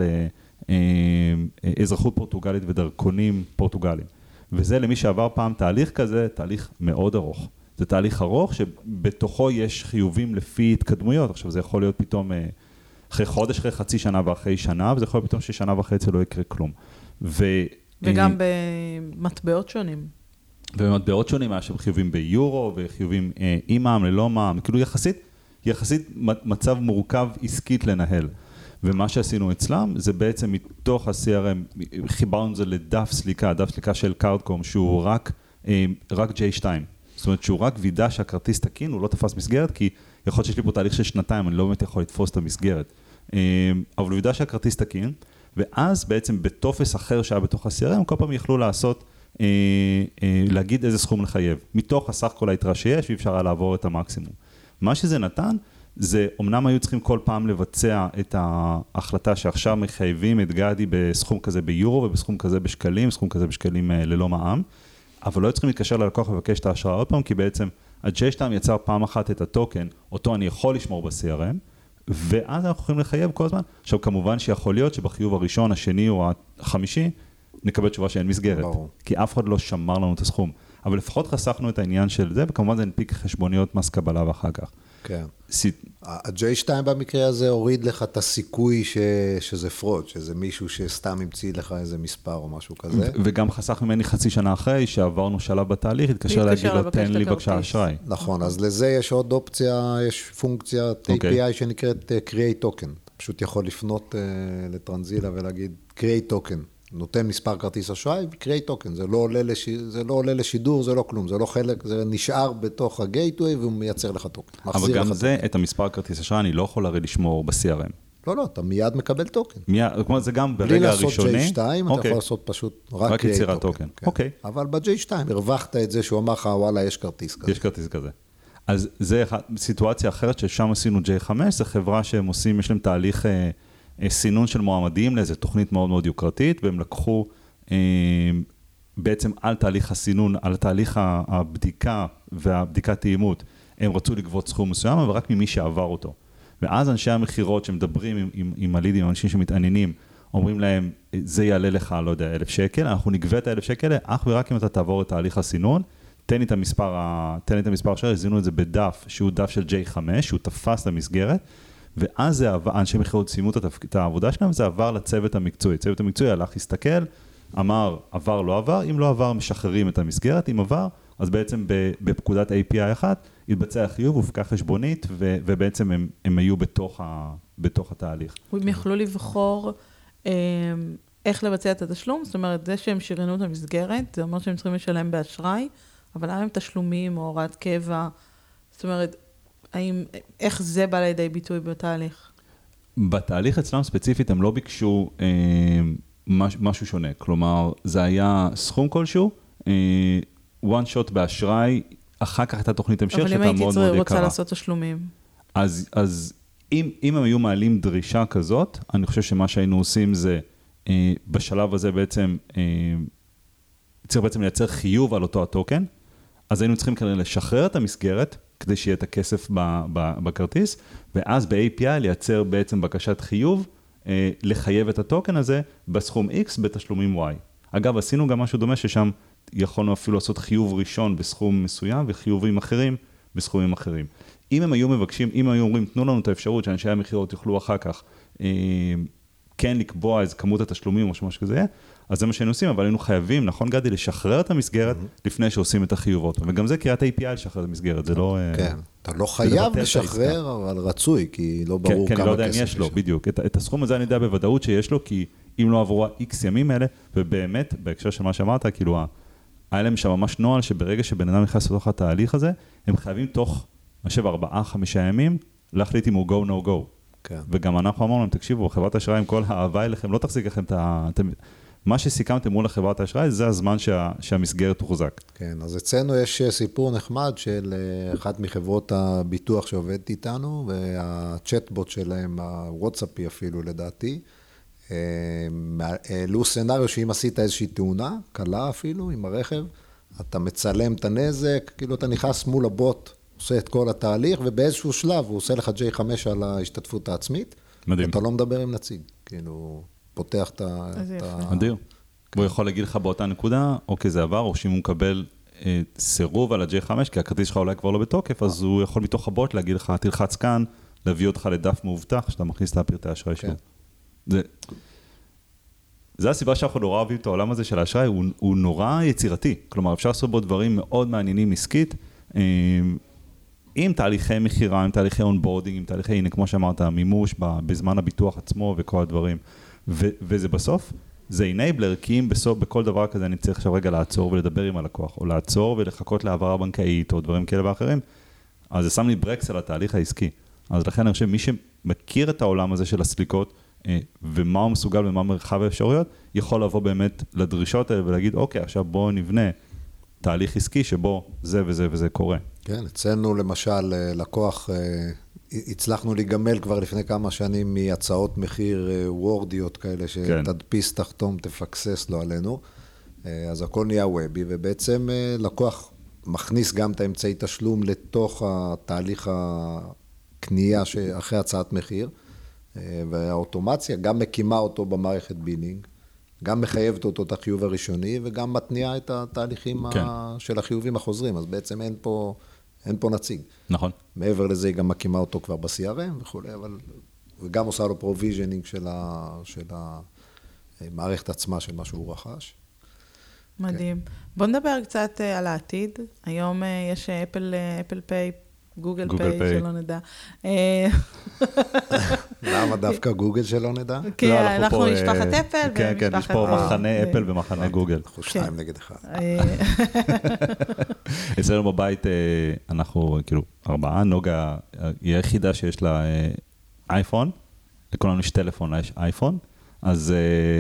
אזרחות פורטוגלית ודרכונים פורטוגליים. וזה למי שעבר פעם תהליך כזה, תהליך מאוד ארוך. זה תהליך ארוך שבתוכו יש חיובים לפי התקדמויות. עכשיו זה יכול להיות פתאום אחרי חודש, אחרי חצי שנה ואחרי שנה, וזה יכול להיות פתאום ששנה וחצי לא יקרה כלום. וגם במטבעות שונים. ובמטבעות שונים, היה שם חיובים ביורו, וחיובים עם מע"מ, ללא מע"מ, כאילו יחסית מצב מורכב עסקית לנהל. ומה שעשינו אצלם, זה בעצם מתוך ה-CRM, חיברנו את זה לדף סליקה, דף סליקה של קארדקום, שהוא רק J2. זאת אומרת, שהוא רק וידא שהכרטיס תקין, הוא לא תפס מסגרת, כי יכול להיות שיש לי פה תהליך של שנתיים, אני לא באמת יכול לתפוס את המסגרת. אבל הוא וידא שהכרטיס תקין, ואז בעצם בטופס אחר שהיה בתוך ה-CRM, כל פעם יכלו לעשות, להגיד איזה סכום לחייב. מתוך הסך כל היתרה שיש, ואפשר היה לעבור את המקסימום. מה שזה נתן, זה, אמנם היו צריכים כל פעם לבצע את ההחלטה שעכשיו מחייבים את גדי בסכום כזה ביורו ובסכום כזה בשקלים, סכום כזה בשקלים ללא מע"מ, אבל לא צריכים להתקשר ללקוח ולבקש את ההשראה עוד פעם, כי בעצם ה-J2 יצר פעם אחת את הטוקן, אותו אני יכול לשמור ב-CRM, ואז אנחנו יכולים לחייב כל הזמן. עכשיו, כמובן שיכול להיות שבחיוב הראשון, השני או החמישי, נקבל תשובה שאין מסגרת, ברור. כי אף אחד לא שמר לנו את הסכום. אבל לפחות חסכנו את העניין של זה, וכמובן זה הנפיק חשבוניות מס קבלה ואחר כך. כן. ה-J2 במקרה הזה הוריד לך את הסיכוי שזה פרוד, שזה מישהו שסתם המציא לך איזה מספר או משהו כזה. וגם חסך ממני חצי שנה אחרי שעברנו שלב בתהליך, התקשר להגיד לו, תן לי בבקשה אשראי. נכון, אז לזה יש עוד אופציה, יש פונקציית API שנקראת Create Token. פשוט יכול לפנות לטרנזילה ולהגיד Create Token. נותן מספר כרטיס אשראי ו-Create Token. זה לא עולה לשידור, זה לא כלום, זה לא חלק, זה נשאר בתוך הגייטווי והוא מייצר לך טוקן. אבל גם זה, את המספר כרטיס אשראי, אני לא יכול הרי לשמור ב-CRM. לא, אתה מיד מקבל טוקן. כלומר, זה גם ברגע הראשוני. בלי לעשות J2, אתה יכול לעשות פשוט רק יצירת טוקן. אוקיי. אבל ב-J2 הרווחת את זה שהוא אמר לך, וואלה, יש כרטיס כזה. יש כרטיס כזה. אז זה סיטואציה אחרת ששם עשינו J5, זה חברה שהם עושים, יש להם תהליך סינון של מועמדים לאיזו תוכנית מאוד מאוד יוקרתית, והם לקחו בעצם על תהליך הסינון, על תהליך הבדיקה והבדיקת תאימות, הם רצו לגבות סכום מסוים, אבל רק ממי שעבר אותו. ואז אנשי המחירות שמדברים עם הלידים, אנשים שמתעניינים, אומרים להם, זה יעלה לך, לא יודע, 1,000 שקל, אנחנו נגבה את 1,000 שקל, אך ורק אם אתה תעבור את תהליך הסינון, תן לי את המספר אשר, הזינו את זה בדף, שהוא דף של J5, שהוא תפס למסגרת, ואז זה עבר, אנשי מחירות סיימו את העבודה שלהם, זה עבר לצוות המקצועי. צוות המקצועי הלך להסתכל, אמר, עבר, לא עבר, אם לא עבר, משחררים את המסגרת, אם עבר, אז בעצם בפקודת API אחת, התבצע חיוב, הופקה חשבונית, ובעצם הם היו בתוך התהליך. הם יכלו לבחור איך לבצע את התשלום, זאת אומרת, זה שהם שריינו את המסגרת, זה אומר שהם צריכים לשלם באשראי, אבל למה הם תשלומים או הוראת קבע, זאת אומרת, איך זה בא לידי ביטוי בתהליך? בתהליך אצלם ספציפית הם לא ביקשו משהו שונה, כלומר, זה היה סכום כלשהו, one shot באשראי, אחר כך הייתה תוכנית המשך שהייתה מאוד מאוד יקרה. אבל אם הייתי רוצה לעשות תשלומים? אז אם הם היו מעלים דרישה כזאת, אני חושב שמה שהיינו עושים זה, בשלב הזה בעצם, צריך בעצם לייצר חיוב על אותו הטוקן, אז היינו צריכים כנראה לשחרר את המסגרת, כדי שיהיה את הכסף בכרטיס, ואז ב-API לייצר בעצם בקשת חיוב, לחייב את הטוקן הזה בסכום X בתשלומים Y. אגב, עשינו גם משהו דומה ששם יכולנו אפילו לעשות חיוב ראשון בסכום מסוים, וחיובים אחרים בסכומים אחרים. אם הם היו מבקשים, אם היו אומרים, תנו לנו את האפשרות שאנשי המחירות יוכלו אחר כך, כן לקבוע איזה כמות התשלומים או משהו כזה, אז זה מה שהיינו עושים, אבל היינו חייבים, נכון גדי, לשחרר את המסגרת לפני שעושים את החיובות. וגם זה קריאת API לשחרר את המסגרת, זה לא... כן, אתה לא חייב לשחרר, אבל רצוי, כי לא ברור כמה כסף יש. כן, אני לא יודע אם יש לו, בדיוק. את הסכום הזה אני יודע בוודאות שיש לו, כי אם לא עברו X ימים האלה, ובאמת, בהקשר של מה שאמרת, כאילו, היה להם שם ממש נועל, שברגע שבן אדם נכנס לתוך התהליך הזה, הם חייבים תוך, אני חושב, 4-5 ימים, להחליט אם הוא go, no go. כן. וגם אנחנו אמרנו להם, תקשיבו, חברת האשראי עם כל האהבה אליכם, לא תחזיק לכם מה שסיכמתם מול החברת האשראי, זה הזמן שהמסגרת תוחזק. כן, אז אצלנו יש סיפור נחמד של אחת מחברות הביטוח שעובדת איתנו, והצ'טבוט שלהם, הוואטסאפי אפילו לדעתי, העלו סנריו שאם עשית איזושהי תאונה, קלה אפילו עם הרכב, אתה מצלם את הנזק, כאילו אתה נכנס מול הבוט, עושה את כל התהליך, ובאיזשהו שלב הוא עושה לך J5 על ההשתתפות העצמית, מדהים. אתה לא מדבר עם נציג, כאילו... פותח את ה... אדיר. הוא יכול להגיד לך באותה נקודה, אוקיי, זה עבר, או שאם הוא מקבל סירוב על ה-J5, כי הכרטיס שלך אולי כבר לא בתוקף, אז הוא יכול מתוך הבוט להגיד לך, תלחץ כאן, להביא אותך לדף מאובטח, שאתה מכניס את הפרטי האשראי שלו. זה הסיבה שאנחנו נורא אוהבים את העולם הזה של האשראי, הוא נורא יצירתי. כלומר, אפשר לעשות בו דברים מאוד מעניינים עסקית, עם תהליכי מחירה, עם תהליכי אונבורדינג, עם תהליכי, הנה, כמו שאמרת, מימוש בזמן הביטוח עצמו וכל הדברים. וזה בסוף, זה enabler, כי אם בסוף, בכל דבר כזה אני צריך עכשיו רגע לעצור ולדבר עם הלקוח, או לעצור ולחכות להעברה בנקאית, או דברים כאלה ואחרים, אז זה שם לי ברקס על התהליך העסקי. אז לכן אני חושב, מי שמכיר את העולם הזה של הסליקות, ומה הוא מסוגל ומה מרחב האפשרויות, יכול לבוא באמת לדרישות האלה ולהגיד, אוקיי, עכשיו בואו נבנה תהליך עסקי שבו זה וזה וזה קורה. כן, אצלנו למשל לקוח, הצלחנו להיגמל כבר לפני כמה שנים מהצעות מחיר וורדיות כאלה, שתדפיס, תחתום, תפקסס לו עלינו, אז הכל נהיה וובי, ובעצם לקוח מכניס גם את האמצעי תשלום לתוך התהליך הקנייה אחרי הצעת מחיר, והאוטומציה גם מקימה אותו במערכת בילינג, גם מחייבת אותו את החיוב הראשוני, וגם מתניעה את התהליכים של החיובים החוזרים, אז בעצם אין פה נציג. נכון. מעבר לזה היא גם מקימה אותו כבר ב-CRM וכו', אבל וגם עושה לו פרוביז'נינג של המערכת עצמה של מה שהוא רכש. מדהים. בוא נדבר קצת על העתיד. היום יש אפל פיי, גוגל פיי, שלא נדע. למה דווקא גוגל שלא נדע? כי אנחנו משפחת אפל כן, כן, יש פה מחנה אפל ומחנה גוגל. אנחנו 2 נגד 1. אצלנו בבית אנחנו כאילו 4, נוגה היא היחידה שיש לה אייפון, לכולנו יש טלפון, יש אייפון, אז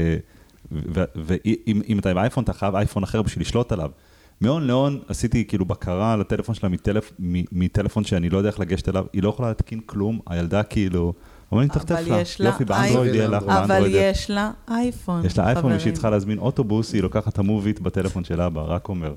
ואם אתה עם אייפון, אתה חייב אייפון אחר בשביל לשלוט עליו. מהון להון עשיתי כאילו בקרה על הטלפון שלה מטלפון שאני לא יודע איך לגשת אליו, היא לא יכולה להתקין כלום, הילדה כאילו אומרים, תחטף לה. יופי, באנדרואיד יהיה לך. אבל יש לה אייפון. יש לה אייפון, ושהיא צריכה להזמין אוטובוס, היא לוקחת את המוביט בטלפון שלה, רק אומר.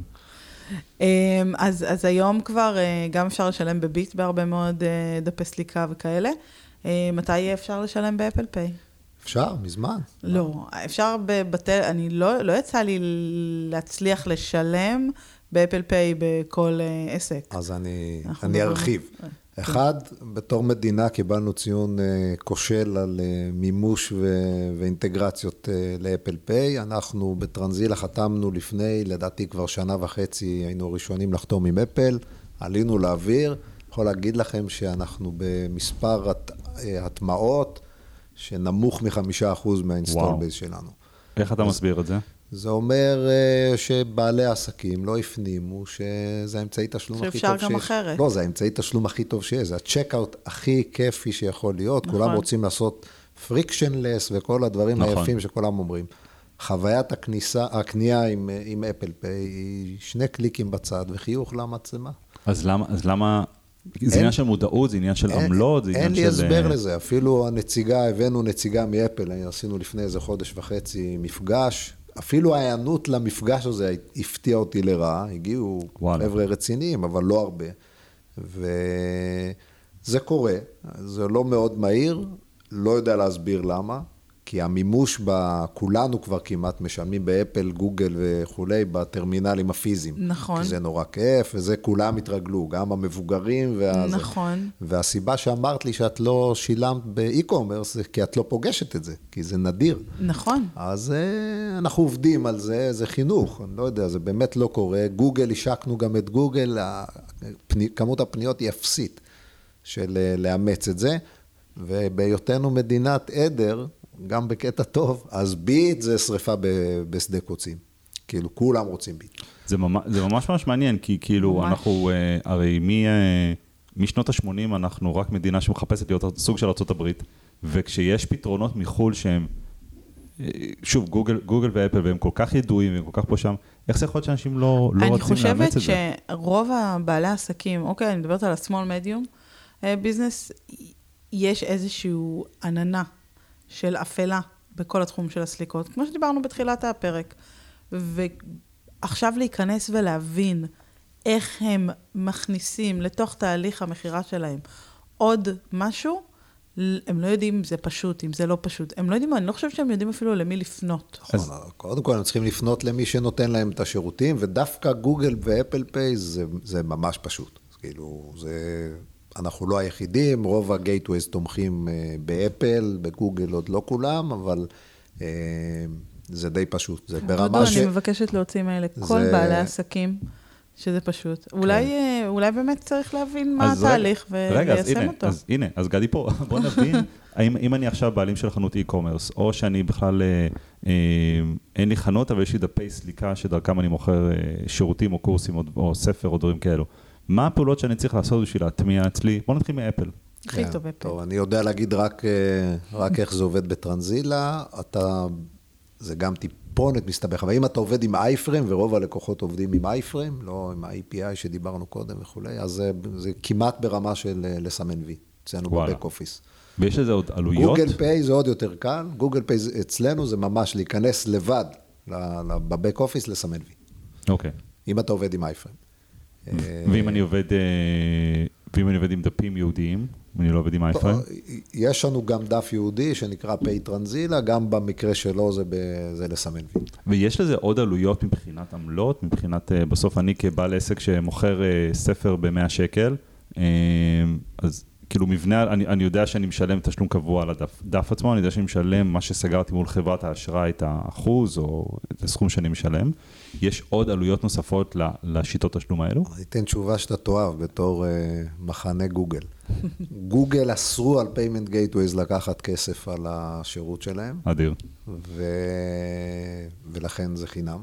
אז היום כבר גם אפשר לשלם בביט בהרבה מאוד דפי סליקה וכאלה. מתי יהיה אפשר לשלם באפל פיי? אפשר, מזמן. לא, אפשר אני לא יצא לי להצליח לשלם באפל פיי בכל עסק. אז אני ארחיב. אחד, בתור מדינה קיבלנו ציון כושל על מימוש ואינטגרציות לאפל פיי. אנחנו בטרנזילה חתמנו לפני, לדעתי כבר 1.5 שנה, היינו ראשונים לחתום עם אפל, עלינו לאוויר. יכול להגיד לכם שאנחנו במספר הטמעות, שנמוך מ5% מהאינסטול בייס שלנו. איך אתה מסביר את זה? זה אומר שבעלי העסקים לא הפנימו שזה האמצעי תשלום הכי טוב שיש. שאפשר גם אחרת. לא, זה האמצעי תשלום הכי טוב שיש. זה הצ'קאוט הכי כיפי שיכול להיות. נכון. כולם רוצים לעשות frictionless וכל הדברים היפים שכולם אומרים. חוויית הקנייה עם אפל פיי היא 2 קליקים בצד וחיוך למצלמה. אז למה... זה עניין של מודעות, זה עניין של עמלות, זה עניין של... אין לי הסבר לזה, אפילו הבאנו נציגה מאפל, עשינו לפני איזה 1.5 חודש מפגש, אפילו ההיענות למפגש הזה הפתיע אותי לרעה, הגיעו חבר'ה רציניים, אבל לא הרבה, וזה קורה, זה לא מאוד מהיר, לא יודע להסביר למה, כי המימוש כולנו כבר כמעט משלמים באפל, גוגל וכולי, בטרמינלים הפיזיים. נכון. כי זה נורא כיף, וזה כולם התרגלו, גם המבוגרים. נכון. והסיבה שאמרת לי שאת לא שילמת באי-קומרס, זה כי את לא פוגשת את זה, כי זה נדיר. נכון. אז אנחנו עובדים על זה, זה חינוך, אני לא יודע, זה באמת לא קורה. גוגל, השקנו גם את גוגל, כמות הפניות היא אפסית של לאמץ את זה, ובהיותנו מדינת עדר, גם בקטע טוב, אז ביט זה שריפה בשדה קוצים. כאילו, כולם רוצים ביט. זה ממש מעניין, כי כאילו אנחנו, הרי משנות ה-80 אנחנו רק מדינה שמחפשת להיות סוג של ארצות הברית, וכשיש פתרונות מחול שהם, שוב, גוגל ואפל, והם כל כך ידועים, והם כל כך פה שם, איך זה יכול להיות שאנשים לא רוצים לאמץ את זה? אני חושבת שרוב הבעלי העסקים, אוקיי, אני מדברת על ה-small medium business, יש איזשהו עננה, של אפלה בכל התחום של הסליקות, כמו שדיברנו בתחילת הפרק. ועכשיו להיכנס ולהבין איך הם מכניסים לתוך תהליך המחירה שלהם עוד משהו, הם לא יודעים אם זה פשוט, אם זה לא פשוט. הם לא יודעים, אני לא חושב שהם יודעים אפילו למי לפנות. נכון, קודם כל הם צריכים לפנות למי שנותן להם את השירותים, ודווקא גוגל ואפל פיי זה ממש פשוט. כאילו, אנחנו לא היחידים, רוב הגייטווייז תומכים באפל, בגוגל עוד לא כולם, אבל זה די פשוט. זה ברמה אני מבקשת להוציא מאלה כל בעלי העסקים, שזה פשוט. אולי באמת צריך להבין מה התהליך וליישם אותו. אז הנה, אז גדי פה, בוא נבין, אם אני עכשיו בעלים של חנות e-commerce, או שאני בכלל, אין לי חנות, אבל יש לי דפי סליקה שדרכם אני מוכר שירותים או קורסים או ספר או דברים כאלו. מה הפעולות שאני צריך לעשות בשביל להטמיע אצלי? בוא נתחיל מאפל. הכי טוב אפל. טוב, אני יודע להגיד רק איך זה עובד בטרנזילה, זה גם טיפונת מסתבך, אבל אם אתה עובד עם i-frame, ורוב הלקוחות עובדים עם i-frame, לא עם ה-API שדיברנו קודם וכו', אז זה כמעט ברמה של לסמן וי, אצלנו בבק אופיס. ויש לזה עוד עלויות? גוגל פיי זה עוד יותר קל, גוגל פיי אצלנו זה ממש להיכנס לבד בבק אופיס לסמן וי. אוקיי. אם אתה עובד עם i-frame. ואם אני עובד עם דפים יהודיים, אני לא עובד עם i-frame? יש לנו גם דף יהודי שנקרא פיי טרנזילה, גם במקרה שלו זה לסמן וי. ויש לזה עוד עלויות מבחינת עמלות, מבחינת, בסוף אני כבעל עסק שמוכר ספר ב100 שקל, אז כאילו מבנה, אני יודע שאני משלם תשלום קבוע על הדף עצמו, אני יודע שאני משלם מה שסגרתי מול חברת האשראי, את האחוז או את הסכום שאני משלם. יש עוד עלויות נוספות לשיטות תשלום האלו? אני אתן תשובה שאתה תאהב בתור מחנה גוגל. גוגל אסרו על פיימנט גייטווייז לקחת כסף על השירות שלהם. אדיר. ולכן זה חינם.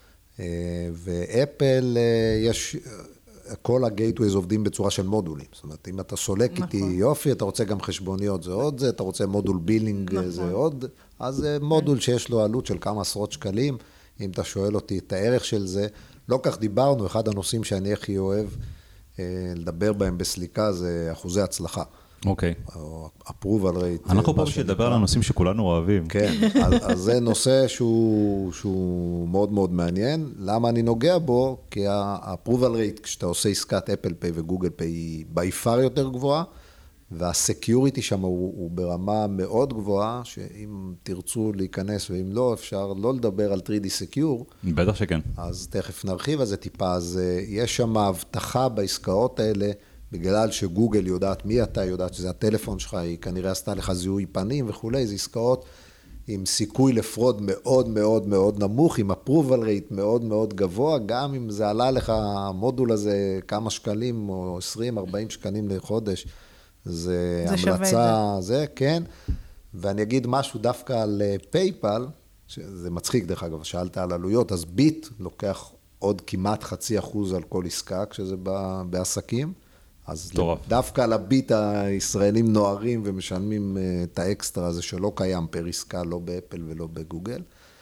ואפל יש... כל הגייטווייז עובדים בצורה של מודולים. זאת אומרת, אם אתה סולק איתי יופי, אתה רוצה גם חשבוניות, זה עוד זה, אתה רוצה מודול בילינג, זה עוד, אז זה מודול שיש לו עלות של כמה עשרות שקלים. אם אתה שואל אותי את הערך של זה, לא כך דיברנו, אחד הנושאים שאני הכי אוהב לדבר בהם בסליקה, זה אחוזי הצלחה. אוקיי. או approval rate. אנחנו פה בשביל לדבר על הנושאים שכולנו אוהבים. כן, אז זה נושא שהוא מאוד מאוד מעניין. למה אני נוגע בו? כי ה-approval rate, כשאתה עושה עסקת אפל פיי וגוגל פיי, היא ביפר יותר גבוהה, וה-security שם הוא ברמה מאוד גבוהה, שאם תרצו להיכנס ואם לא, אפשר לא לדבר על 3D Secure. בטח שכן. אז תכף נרחיב על זה טיפה. אז יש שם הבטחה בעסקאות האלה, בגלל שגוגל יודעת מי אתה, יודעת שזה הטלפון שלך, היא כנראה עשתה לך זיהוי פנים וכולי, זה עסקאות עם סיכוי לפרוד מאוד מאוד מאוד נמוך, עם approval rate מאוד מאוד גבוה, גם אם זה עלה לך המודול הזה כמה שקלים או 20-40 שקלים לחודש, זה המלצה, זה כן. ואני אגיד משהו דווקא על פייפל, שזה מצחיק דרך אגב, שאלת על עלויות, אז ביט לוקח עוד כמעט 0.5% על כל עסקה, כשזה בעסקים. אז דווקא על הביט הישראלים נוערים ומשלמים את האקסטרה הזה שלא קיים פר עסקה, לא באפל ולא בגוגל.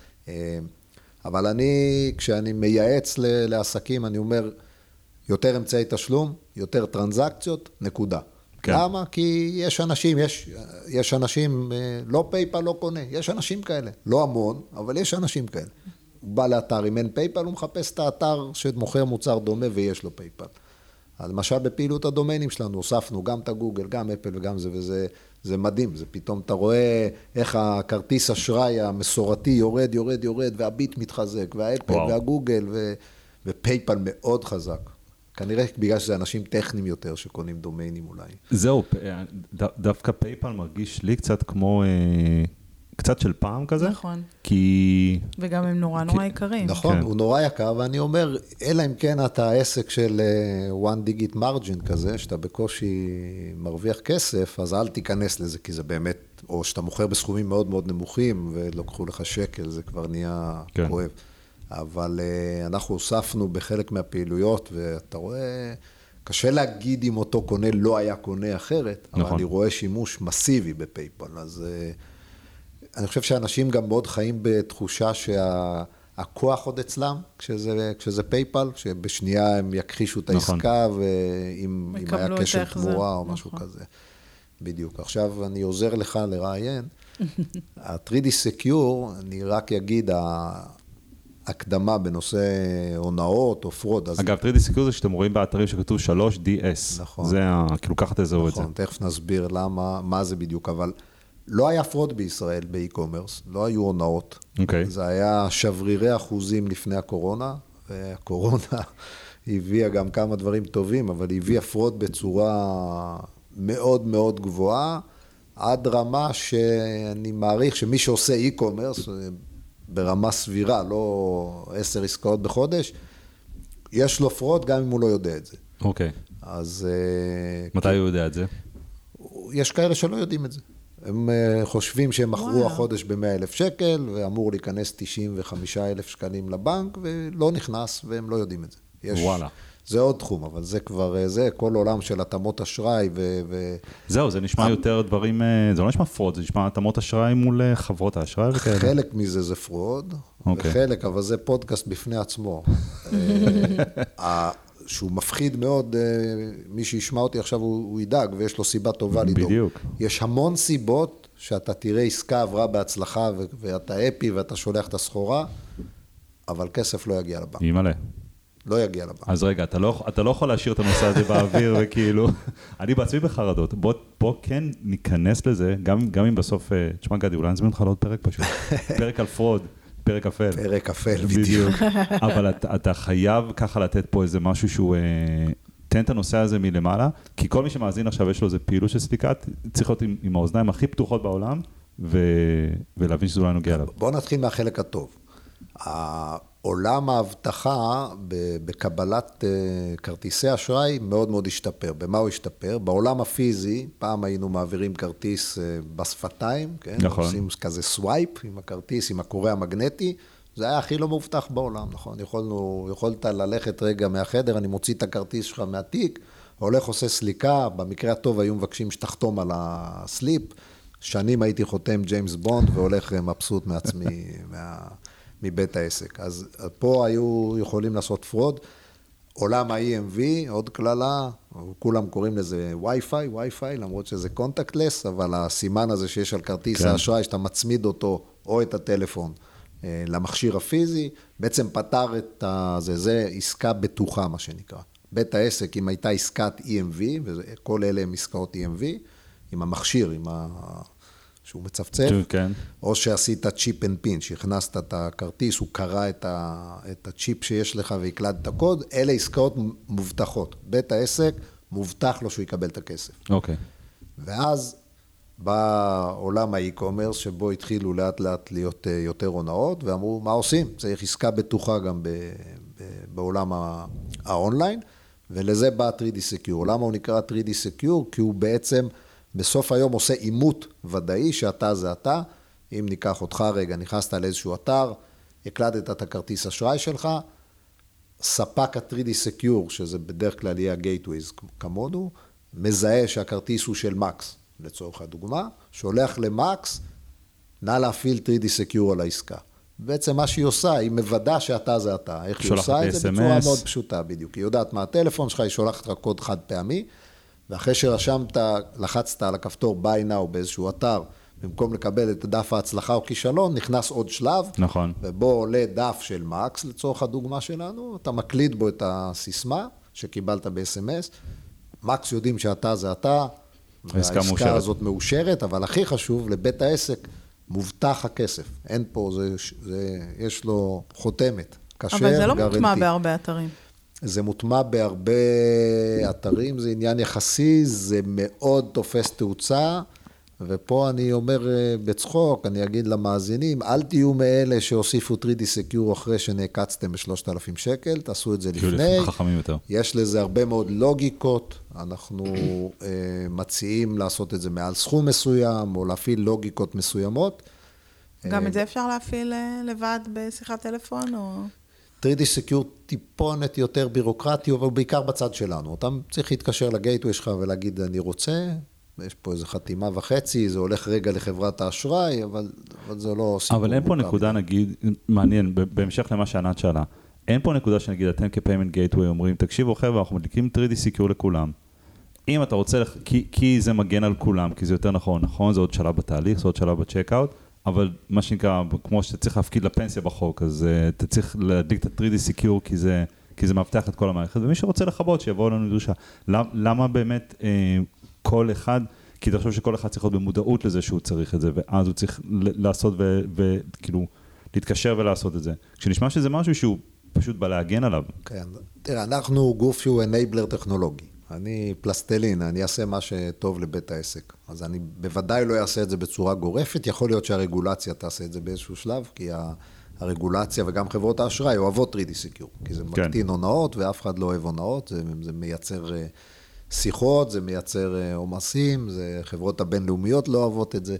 אבל כשאני מייעץ לעסקים, אני אומר, יותר אמצעי תשלום, יותר טרנזקציות, נקודה. כן. למה? כי יש אנשים, לא פייפל לא קונה, יש אנשים כאלה. לא המון, אבל יש אנשים כאלה. הוא בא לאתר, אם אין פייפל, הוא מחפש את האתר שמוכר מוצר דומה ויש לו פייפל. למשל בפעילות הדומיינים שלנו, הוספנו גם את הגוגל, גם אפל וגם זה, וזה מדהים, זה פתאום אתה רואה איך הכרטיס אשראי המסורתי יורד, והביט מתחזק, והאפל והגוגל, ופייפל מאוד חזק. כנראה בגלל שזה אנשים טכניים יותר שקונים דומיינים אולי. זהו, דווקא פייפל מרגיש לי קצת כמו... קצת של פעם כזה. נכון. כי... וגם הם נורא יקרים. נכון, הוא נורא יקר, ואני אומר, אלא אם כן אתה עסק של one digit margin כזה, שאתה בקושי מרוויח כסף, אז אל תיכנס לזה, כי זה באמת, או שאתה מוכר בסכומים מאוד מאוד נמוכים, ולוקחו לך שקל, זה כבר נהיה כואב. אבל אנחנו הוספנו בחלק מהפעילויות, ואתה רואה, קשה להגיד אם אותו קונה לא היה קונה אחרת, אבל אני רואה שימוש מסיבי בפייפל, אז... אני חושב שאנשים גם מאוד חיים בתחושה שהכוח עוד אצלם, כשזה פייפל, שבשנייה הם יכחישו את העסקה, ואם היה קשר תמורה או משהו כזה. בדיוק. עכשיו אני עוזר לך לראיין. ה-3D Secure, אני רק אגיד, ההקדמה בנושא הונאות או פרוד. אגב, 3D Secure זה שאתם רואים באתרים שכתוב 3DS. נכון. זה, כאילו ככה תזהו את זה. נכון, תכף נסביר מה זה בדיוק, אבל... לא היה פרוד בישראל באי-קומרס, לא היו הונאות. זה היה שברירי אחוזים לפני הקורונה, והקורונה הביאה גם כמה דברים טובים, אבל היא הביאה פרוד בצורה מאוד מאוד גבוהה, עד רמה שאני מעריך שמי שעושה אי-קומרס, ברמה סבירה, לא 10 עסקאות בחודש, יש לו פרוד גם אם הוא לא יודע את זה. אוקיי. אז... מתי הוא יודע את זה? יש כאלה שלא יודעים את זה. הם חושבים שהם מכרו החודש ב-100,000 שקל, ואמור להיכנס 95,000 שקלים לבנק, ולא נכנס, והם לא יודעים את זה. וואלה. זה עוד תחום, אבל זה כבר, זה כל עולם של התאמות אשראי זהו, זה נשמע יותר דברים, זה לא נשמע פרוד, זה נשמע התאמות אשראי מול חברות האשראי וכאלה. חלק מזה זה פרוד, וחלק, אבל זה פודקאסט בפני עצמו. שהוא מפחיד מאוד, מי שישמע אותי עכשיו הוא ידאג, ויש לו סיבה טובה לדאוג. בדיוק. יש המון סיבות שאתה תראה עסקה עברה בהצלחה, ואתה אפי ואתה שולח את הסחורה, אבל כסף לא יגיע לבנק. ימלא. לא יגיע לבנק. אז רגע, אתה לא יכול להשאיר את הנושא הזה באוויר, וכאילו, אני בעצמי בחרדות. בוא כן ניכנס לזה, גם אם בסוף, תשמע גדי, אולי נזמין אותך לעוד פרק פשוט. פרק על פרוד. פרק אפל. פרק אפל, בדיוק. אבל אתה חייב ככה לתת פה איזה משהו שהוא, תן את הנושא הזה מלמעלה, כי כל מי שמאזין עכשיו יש לו איזה פעילות של סליקת, צריך להיות עם האוזניים הכי פתוחות בעולם, ולהבין שזה אולי נוגע אליו. בואו נתחיל מהחלק הטוב. עולם ההבטחה בקבלת כרטיסי אשראי מאוד מאוד השתפר. במה הוא השתפר? בעולם הפיזי, פעם היינו מעבירים כרטיס בשפתיים, כן? נכון. עושים כזה סווייפ עם הכרטיס, עם הקורא המגנטי, זה היה הכי לא מובטח בעולם, נכון? יכולת ללכת רגע מהחדר, אני מוציא את הכרטיס שלך מהתיק, הולך עושה סליקה, במקרה הטוב היו מבקשים שתחתום על הסליפ, שנים הייתי חותם ג'יימס בונד והולך מבסוט מעצמי מבית העסק. אז פה היו יכולים לעשות פרוד. עולם ה-EMV, עוד כללה, כולם קוראים לזה Wi-Fi, למרות שזה קונטקטלס, אבל הסימן הזה שיש על כרטיס האשראי, שאתה מצמיד אותו או את הטלפון למכשיר הפיזי, בעצם פתר את זה, זה עסקה בטוחה, מה שנקרא. בית העסק, אם הייתה עסקת EMV, וכל אלה הם עסקאות EMV, עם המכשיר, שהוא מצפצף, כן. או שעשית צ'יפ אנד פין, שהכנסת את הכרטיס, הוא קרא את הצ'יפ שיש לך והקלד את הקוד, אלה עסקאות מובטחות. בית העסק מובטח לו שהוא יקבל את הכסף. אוקיי. ואז בא עולם האי-קומרס, שבו התחילו לאט לאט להיות יותר הונאות, ואמרו, מה עושים? צריך עסקה בטוחה גם בעולם האונליין, ולזה בא 3D Secure. למה הוא נקרא 3D Secure? כי הוא בעצם בסוף היום עושה אימות ודאי שאתה זה אתה. אם ניקח אותך רגע, נכנסת לאיזשהו אתר, הקלדת את הכרטיס אשראי שלך, ספק ה-3D Secure, שזה בדרך כלל יהיה ה-Gateways כמונו, מזהה שהכרטיס הוא של מקס, לצורך הדוגמה, שולח למקס, נא להפעיל 3D Secure על העסקה. בעצם מה שהיא עושה, היא מוודא שאתה זה אתה. איך היא עושה את זה? בצורה מאוד פשוטה בדיוק. היא יודעת מה הטלפון שלך, היא שולחת לך קוד חד פעמי, ואחרי שרשמת, לחצת על הכפתור buy now באיזשהו אתר, במקום לקבל את דף ההצלחה או כישלון, נכנס עוד שלב, נכון. ובו עולה דף של מקס, לצורך הדוגמה שלנו, אתה מקליד בו את הסיסמה שקיבלת ב-SMS, מקס יודעים שאתה זה אתה, והעסקה הזאת מאושרת, אבל הכי חשוב, לבית העסק, מובטח הכסף. אין פה, יש לו חותמת. כשר, אבל זה לא גרנטי. מוטמע בהרבה אתרים. זה מוטמע בהרבה אתרים, זה עניין יחסי, זה מאוד תופס תאוצה, ופה אני אומר בצחוק, אני אגיד למאזינים, אל תהיו מאלה שהוסיפו 3D Secure אחרי שנעקצתם ב3,000 שקל, תעשו את זה לפני. חכמים יותר. יש לזה הרבה מאוד לוגיקות, אנחנו מציעים לעשות את זה מעל סכום מסוים, או להפעיל לוגיקות מסוימות. גם את זה אפשר להפעיל לבד בשיחת טלפון, או... 3D Secure טיפונת יותר בירוקרטי, אבל בעיקר בצד שלנו. אתה צריך להתקשר לגייטווי שלך ולהגיד, אני רוצה, יש פה איזו חתימה וחצי, זה הולך רגע לחברת האשראי, אבל זה לא סיפור. אבל אין פה נקודה, נגיד, מעניין, בהמשך למה שענת שאלה, אין פה נקודה שנגיד, אתם כפיימנט גייטווי אומרים, תקשיבו חבר'ה, אנחנו מדליקים 3D Secure לכולם. אם אתה רוצה, כי זה מגן על כולם, כי זה יותר נכון, זה עוד שלב בתהליך, זה עוד שלב בצ'ק-אוט, אבל מה שנקרא, כמו שאתה צריך להפקיד לפנסיה בחוק, אז אתה צריך להדליק את ה-3D Secure, כי זה מאבטח את כל המערכת, ומי שרוצה לחבות, שיבואו לנו דרישה. למה באמת כל אחד, כי אתה חושב שכל אחד צריך להיות במודעות לזה שהוא צריך את זה, ואז הוא צריך לעשות וכאילו, להתקשר ולעשות את זה. כשנשמע שזה משהו שהוא פשוט בא להגן עליו. כן, תראה, אנחנו גוף שהוא enabler טכנולוגי. אני פלסטלין, אני אעשה מה שטוב לבית העסק. אז אני בוודאי לא אעשה את זה בצורה גורפת, יכול להיות שהרגולציה תעשה את זה באיזשהו שלב, כי הרגולציה וגם חברות האשראי אוהבות 3D Secure, כי זה מקטין הונאות, ואף אחד לא אוהב הונאות, זה מייצר שיחות, זה מייצר עומסים, חברות הבינלאומיות לא אוהבות את זה.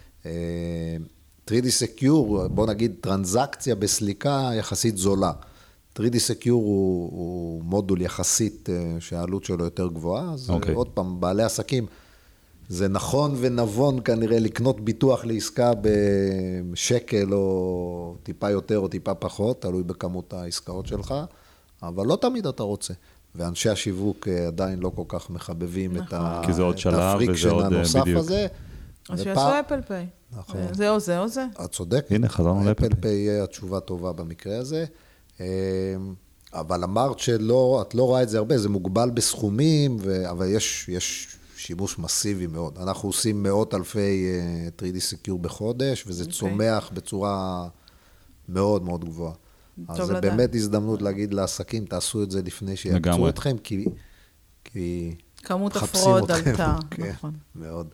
3D Secure, בוא נגיד טרנזקציה בסליקה יחסית זולה. 3D Secure הוא מודול יחסית שהעלות שלו יותר גבוהה, אז עוד פעם, בעלי עסקים, זה נכון ונבון כנראה לקנות ביטוח לעסקה בשקל או טיפה יותר או טיפה פחות, תלוי בכמות העסקאות שלך, אבל לא תמיד אתה רוצה. ואנשי השיווק עדיין לא כל כך מחבבים את הפריקשן הנוסף הזה. אז שיעשו אפל פיי. נכון. זה או זה או זה. את צודק. הנה, חזרנו לאפל פיי. אפל פיי יהיה התשובה טובה במקרה הזה. אבל אמרת שלא, את לא רואה את זה הרבה, זה מוגבל בסכומים, אבל יש שימוש מסיבי מאוד. אנחנו עושים מאות אלפי 3D Secure בחודש, וזה צומח בצורה מאוד מאוד גבוהה. אז זה באמת הזדמנות להגיד לעסקים, תעשו את זה לפני שיעקצו אתכם, כי כמות הפרוד עלתה. נכון. מאוד.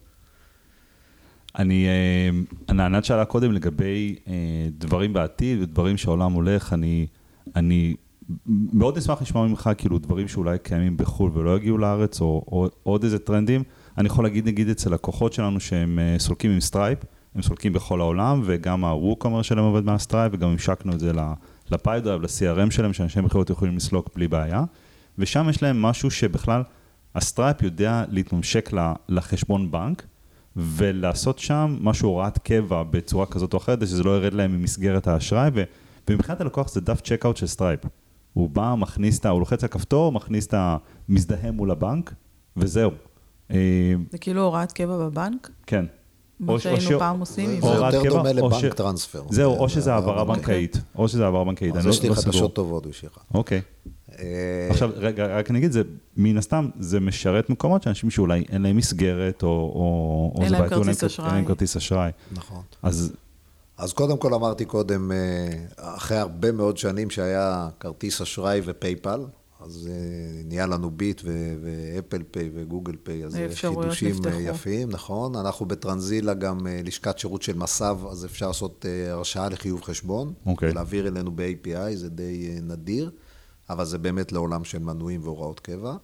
ענת שאלה קודם לגבי דברים בעתיד ודברים שהעולם הולך, אני מאוד נשמח לשמוע ממך כאילו דברים שאולי קיימים בחול ולא יגיעו לארץ, או עוד איזה טרנדים. אני יכול נגיד אצל לקוחות שלנו שהם סולקים עם סטרייפ, הם סולקים בכל העולם, וגם ה-WooCommerce שלהם עובד מהסטרייפ, וגם המשקנו את זה לפיידרייב, ל-CRM שלהם, שאנשי מכירות יכולים לסלוק בלי בעיה, ושם יש להם משהו שבכלל הסטרייפ יודע להתממשק לחשבון בנק, ולעשות שם משהו הוראת קבע בצורה כזאת או אחרת, שזה לא ירד להם ממסגרת האשראי, ומבחינת הלקוח זה דף צ'קאוט של סטרייפ. הוא בא, הוא לוחץ על כפתור, מכניס את המזדהה מול הבנק, וזהו. זה כאילו הוראת קבע בבנק? כן. מה שהיינו פעם עושים. זה יותר דומה לבנק טרנספר. זהו, או שזה העברה בנקאית. או שזה העברה בנקאית. אז יש לי חדשות טובות בשבילך. אוקיי. עכשיו, רגע, רק נגיד, מן הסתם, זה משרת מקומות שאנשים שאולי אין להם מסגרת, או אין להם כרטיס אשראי. נכון. אז קודם כל אמרתי קודם, אחרי הרבה מאוד שנים שהיה כרטיס אשראי ופייפל, אז נהיה לנו ביט ואפל פיי וגוגל פיי, אז יש חידושים יפים, נכון. אנחנו בטרנזילה גם לשכת שירות של מסב, אז אפשר לעשות הרשאה לחיוב חשבון, להעביר אלינו ב-API, זה די נדיר, אבל זה באמת לעולם של מנויים והוראות קבע.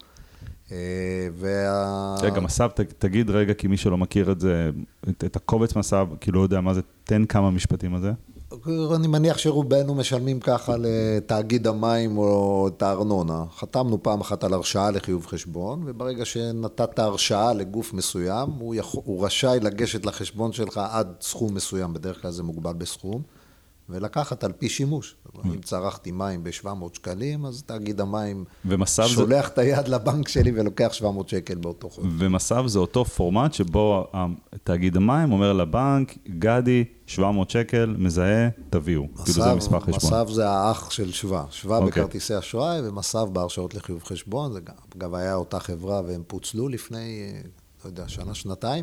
רגע, מסב, תגיד רגע, כי מי שלא מכיר את זה, את הקובץ מסב, כי לא יודע מה זה, תן כמה משפטים על זה. אני מניח שרובנו משלמים ככה לתאגיד המים או את הארנונה. חתמנו פעם אחת על הרשאה לחיוב חשבון, וברגע שנתת הרשאה לגוף מסוים, הוא רשאי לגשת לחשבון שלך עד סכום מסוים, בדרך כלל זה מוגבל בסכום, ולקחת על פי שימוש. אם צרכתי מים ב-700 שקלים, אז תאגיד המים שולח את היד לבנק שלי ולוקח 700 שקל באותו חודש. ומסב זה אותו פורמט שבו תאגיד המים אומר לבנק, גדי, 700 שקל, מזהה, תביאו. מסב זה האח של שווה. שווה בכרטיסי אשראי ומסב בהרשאות לחיוב חשבון. זה אגב היה אותה חברה והם פוצלו לפני, לא יודע, שנה, שנתיים.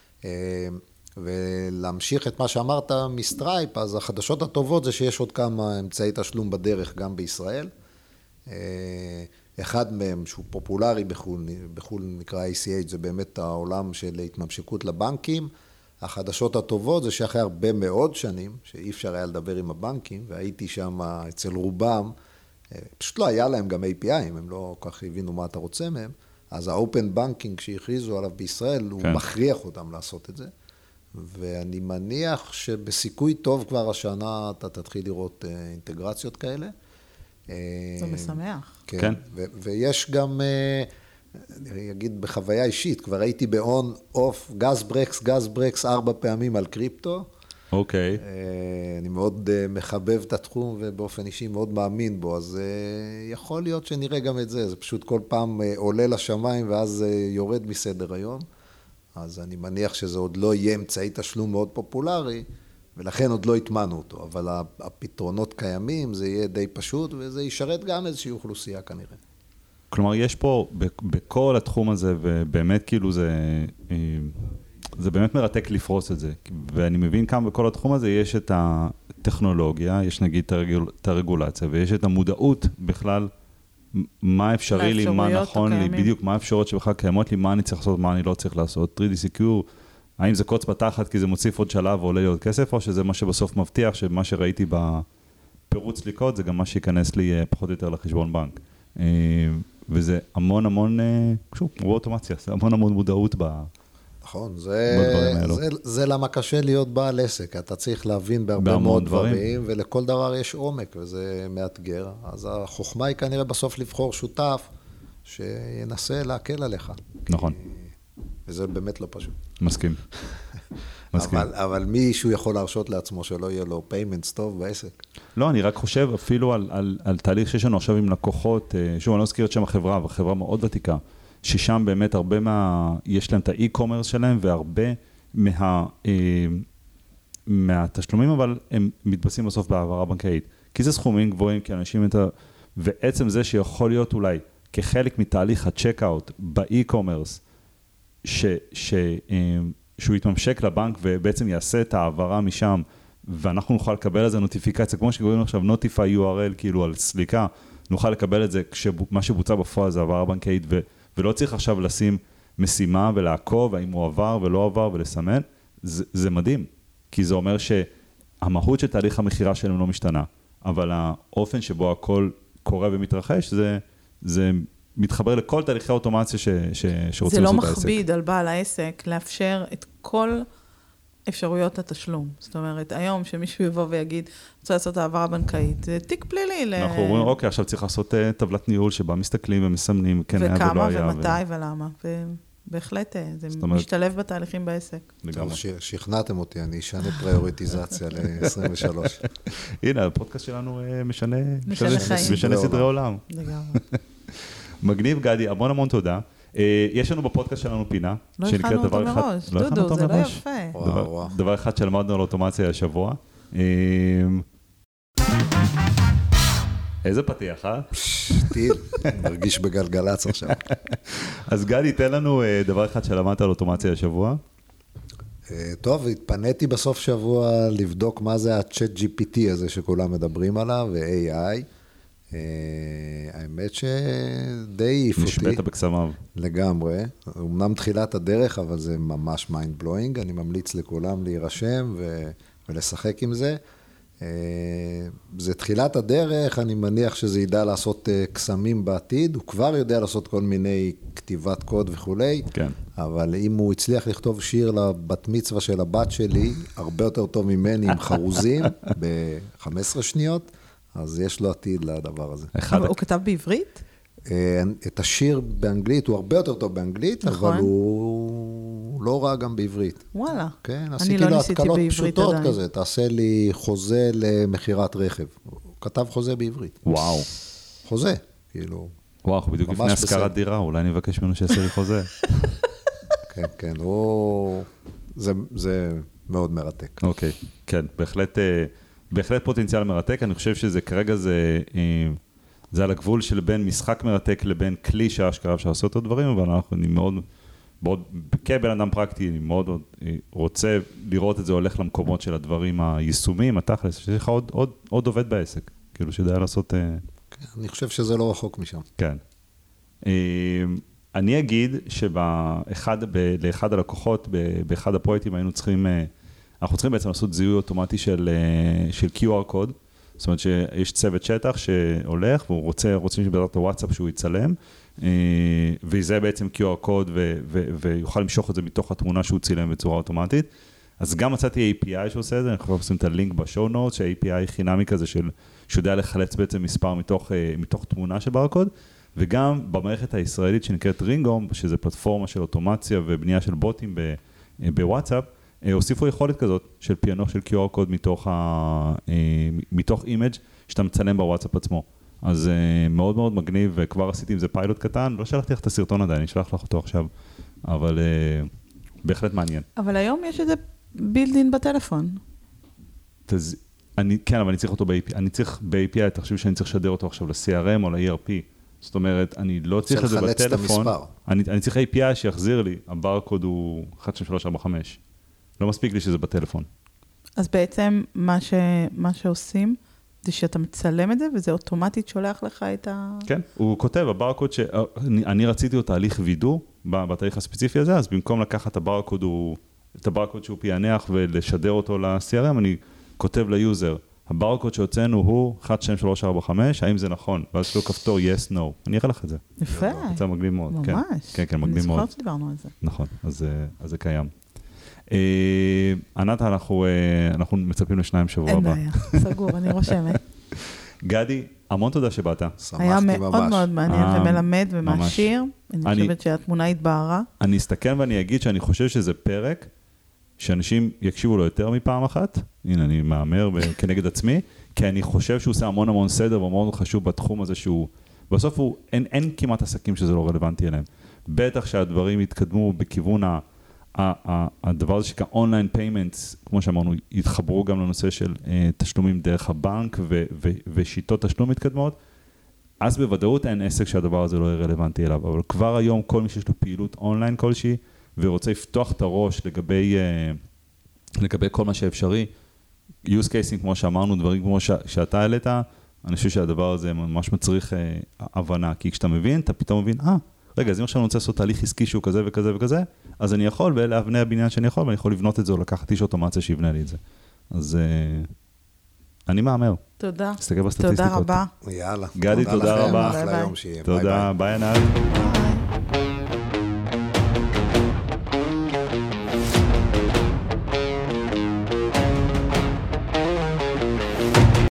ולהמשיך את מה שאמרת מסטרייפ, אז החדשות הטובות זה שיש עוד כמה אמצעי תשלום בדרך גם בישראל. אחד מהם שהוא פופולרי בחול נקרא ACH, זה באמת העולם של התממשקות לבנקים. החדשות הטובות זה שאחרי הרבה מאוד שנים, שאי אפשר היה לדבר עם הבנקים, והייתי שם אצל רובם, פשוט לא היה להם גם API, הם לא כל כך הבינו מה אתה רוצה מהם, אז ה-Open Banking שהכריזו עליו בישראל, הוא מכריח אותם לעשות את זה. ואני מניח שבסיכוי טוב כבר השנה אתה תתחיל לראות אינטגרציות כאלה. זה משמח. כן. ויש גם, אני אגיד בחוויה אישית, כבר הייתי ב-on-off, גז ברקס 4 פעמים על קריפטו. אוקיי. אני מאוד מחבב את התחום ובאופן אישי מאוד מאמין בו, אז יכול להיות שנראה גם את זה. זה פשוט כל פעם עולה לשמיים ואז יורד מסדר היום. אז אני מניח שזה עוד לא יהיה אמצעי תשלום מאוד פופולרי, ולכן עוד לא התמנו אותו. אבל הפתרונות קיימים, זה יהיה די פשוט, וזה ישרת גם איזושהי אוכלוסייה כנראה. כלומר, יש פה, בכל התחום הזה, ובאמת כאילו זה באמת מרתק לפרוס את זה. ואני מבין כמה בכל התחום הזה יש את הטכנולוגיה, יש נגיד את הרגולציה, ויש את המודעות בכלל, מה אפשרי לי, מה נכון לי, בדיוק מה האפשרות שבכלל קיימות לי, מה אני צריך לעשות, מה אני לא צריך לעשות, 3D Secure, האם זה קוץ בתחת כי זה מוסיף עוד שלב ועולה לי עוד כסף, או שזה מה שבסוף מבטיח שמה שראיתי בפירוץ סליקות, זה גם מה שיכנס לי פחות או יותר לחשבון בנק. וזה המון, שוב, כמו אוטומציה, זה המון מודעות נכון, זה למה קשה להיות בעל עסק, אתה צריך להבין בהרבה מאוד דברים, ולכל דבר יש עומק, וזה מאתגר. אז החוכמה היא כנראה בסוף לבחור שותף, שינסה להקל עליך. נכון. וזה באמת לא פשוט. מסכים. אבל מישהו יכול להרשות לעצמו שלא יהיה לו payments טוב בעסק. לא, אני רק חושב אפילו על תהליך שיש לנו עכשיו עם לקוחות, שוב, אני לא אזכיר את שם החברה, אבל חברה מאוד ותיקה, ששם באמת הרבה יש להם את האי-קומרס שלהם, והרבה מהתשלומים, אבל הם מתבססים בסוף בהעברה בנקאית. כי זה סכומים גבוהים, כי אנשים ועצם זה שיכול להיות אולי כחלק מתהליך הצ'ק-אאוט באי-קומרס, שהוא יתממשק לבנק ובעצם יעשה את העברה משם, ואנחנו נוכל לקבל על זה נוטיפיקציה, כמו שקוראים עכשיו Notify URL, כאילו על סליקה, נוכל לקבל את זה כשמה שבוצע בפועל זה העברה בנקאית, ולא צריך עכשיו לשים משימה ולעקוב, האם הוא עבר ולא עבר ולסמן, זה מדהים, כי זה אומר שהמהות של תהליך המחירה שלנו לא משתנה, אבל האופן שבו הכל קורה ומתרחש, זה מתחבר לכל תהליכי האוטומציה שרוצים לעשות את העסק. זה לא מכביד על בעל העסק לאפשר את כל אפשרויות התשלום. זאת אומרת, היום שמישהו יבוא ויגיד, רוצה לעשות העברה בנקאית, זה תיק פלילי. אנחנו אומרים, אוקיי, עכשיו צריך לעשות טבלת ניהול שבה מסתכלים ומסמנים, כן היה ולא היה. וכמה ומתי ולמה. בהחלט זה משתלב בתהליכים בעסק. טוב, שכנעתם אותי, אני אשנה פריוריטיזציה ל-23. הנה, הפודקאסט שלנו משנה סדרי עולם. לגמרי. מגניב, גדי, המון המון תודה. יש לנו בפודקאסט שלנו פינה. לא הכנו אותו מראש, דודו, זה לא יפה. דבר אחד שלמדנו על אוטומציה השבוע. איזה פתיח, טיל, מרגיש בגלגלץ עכשיו. אז גדי, תן לנו דבר אחד שלמדת על אוטומציה השבוע. טוב, התפניתי בסוף שבוע לבדוק מה זה ה-Chat GPT הזה שכולם מדברים עליו, ו-AI. האמת שדי העיף אותי. נשבית בקסמיו. לגמרי. אמנם תחילת הדרך, אבל זה ממש mind blowing. אני ממליץ לכולם להירשם ולשחק עם זה. זה תחילת הדרך, אני מניח שזה ידע לעשות קסמים בעתיד, הוא כבר יודע לעשות כל מיני כתיבת קוד וכולי, כן. אבל אם הוא הצליח לכתוב שיר לבת מצווה של הבת שלי, הרבה יותר טוב ממני עם חרוזים, ב-15 שניות, אז יש לו עתיד לדבר הזה. אבל הוא כתב בעברית? את השיר באנגלית, הוא הרבה יותר טוב באנגלית, אבל הוא לא רע גם בעברית. וואלה. כן, עשיתי לו התקלות פשוטות כזה, תעשה לי חוזה למחירת רכב. הוא כתב חוזה בעברית. וואו. חוזה, כאילו. וואו, אנחנו בדיוק לפני השכרת דירה, אולי נבקש ממנו שיעשה לי חוזה. כן, כן, זה מאוד מרתק. אוקיי, כן, בהחלט פוטנציאל מרתק, אני חושב שזה כרגע זה על הגבול של בין משחק מרתק לבין כלי שהאשכרה אפשר לעשות את הדברים, אבל אני מאוד, כבן אדם פרקטי, אני מאוד רוצה לראות את זה הולך למקומות של הדברים היישומיים, התכלס, שיש לך עוד עובד בעסק, כאילו שיודע לעשות... אני חושב שזה לא רחוק משם. כן. אני אגיד לאחד הלקוחות, באחד הפרויקטים אנחנו צריכים בעצם לעשות זיהוי אוטומטי של QR קוד, זאת אומרת שיש צוות שטח שהולך, והוא רוצים שבעזרת הוואטסאפ שהוא יצלם, וזה בעצם QR קוד, ויוכל למשוך את זה מתוך התמונה שהוא צילם בצורה אוטומטית. אז גם מצאתי API שעושה את זה, אנחנו עושים את הלינק בשואו נוטס, שה-API חינמי כזה שיודע לחלץ בעצם מספר מתוך תמונה של ברקוד, וגם במערכת הישראלית שנקראת רינגו, שזה פלטפורמה של אוטומציה ובנייה של בוטים בוואטסאפ, הוסיפו יכולת כזאת של פענוח של QR קוד מתוך אימג' שאתה מצלם בוואטסאפ עצמו. אז מאוד מאוד מגניב, וכבר עשיתי עם זה פיילוט קטן, לא שלחתי לך את הסרטון עדיין, אני אשלח לך אותו עכשיו, אבל בהחלט מעניין. אבל היום יש את זה בילד-אין בטלפון. כן, אבל אני צריך אותו ב-API, אני צריך ב-API, אתה חושב שאני צריך לשדר אותו עכשיו ל-CRM או ל-ERP, זאת אומרת, אני לא צריך את זה בטלפון, אני צריך API שיחזיר לי, הברקוד הוא 12345. לא מספיק לי שזה בטלפון. אז בעצם מה שעושים, זה שאתה מצלם את זה, וזה אוטומטית שולח לך את ה... כן, הוא כותב, הברקוד אני רציתי לו תהליך וידוא, בתהליך הספציפי הזה, אז במקום לקחת את הברקוד שהוא פענח, ולשדר אותו ל-CRM, אני כותב ליוזר, הברקוד שהוצאנו הוא 12345, האם זה נכון? ואז יש לו כפתור yes, no. אני אראה לך את זה. יפה. זה מגניב מאוד. ממש. כן, מגניב מאוד. אני זוכרת שדיברנו על זה. נכון, אז זה קיים. ענת, אנחנו מצפים לשניים שבוע הבא. אין בעיה, סגור, אני רושמת. גדי, המון תודה שבאת. היה מאוד מאוד מעניין ומלמד ומעשיר. אני חושבת שהתמונה התבהרה. אני אסתכל ואני אגיד שאני חושב שזה פרק שאנשים יקשיבו לו יותר מפעם אחת. הנה, אני מאמר כנגד עצמי, כי אני חושב שהוא עושה המון המון סדר ומאוד חשוב בתחום הזה שהוא... בסוף אין כמעט עסקים שזה לא רלוונטי אליהם. בטח שהדברים יתקדמו בכיוון הדבר הזה שכה אונליין פיימנטס, כמו שאמרנו, יתחברו גם לנושא של תשלומים דרך הבנק ושיטות תשלום מתקדמות, אז בוודאות אין עסק שהדבר הזה לא יהיה רלוונטי אליו, אבל כבר היום כל מי שיש לו פעילות אונליין כלשהי, ורוצה לפתוח את הראש לגבי כל מה שאפשרי, use casing כמו שאמרנו, דברים כמו שאתה העלית, אני חושב שהדבר הזה ממש מצריך הבנה, כי כשאתה מבין, אתה פתאום מבין, רגע, אז אם עכשיו אני רוצה לעשות תהליך עסקי שהוא כזה וכזה וכזה, אז אני יכול, ולאבני הבניין שאני יכול, ואני יכול לבנות את זה, או לקחת איש אוטומציה שיבנה לי את זה. אז אני מאמר. תודה. תסתכל בסטטיסטיקות. תודה רבה. יאללה. גדי, תודה רבה. אחלה יום שיהיה. תודה, ביי ענת. ביי.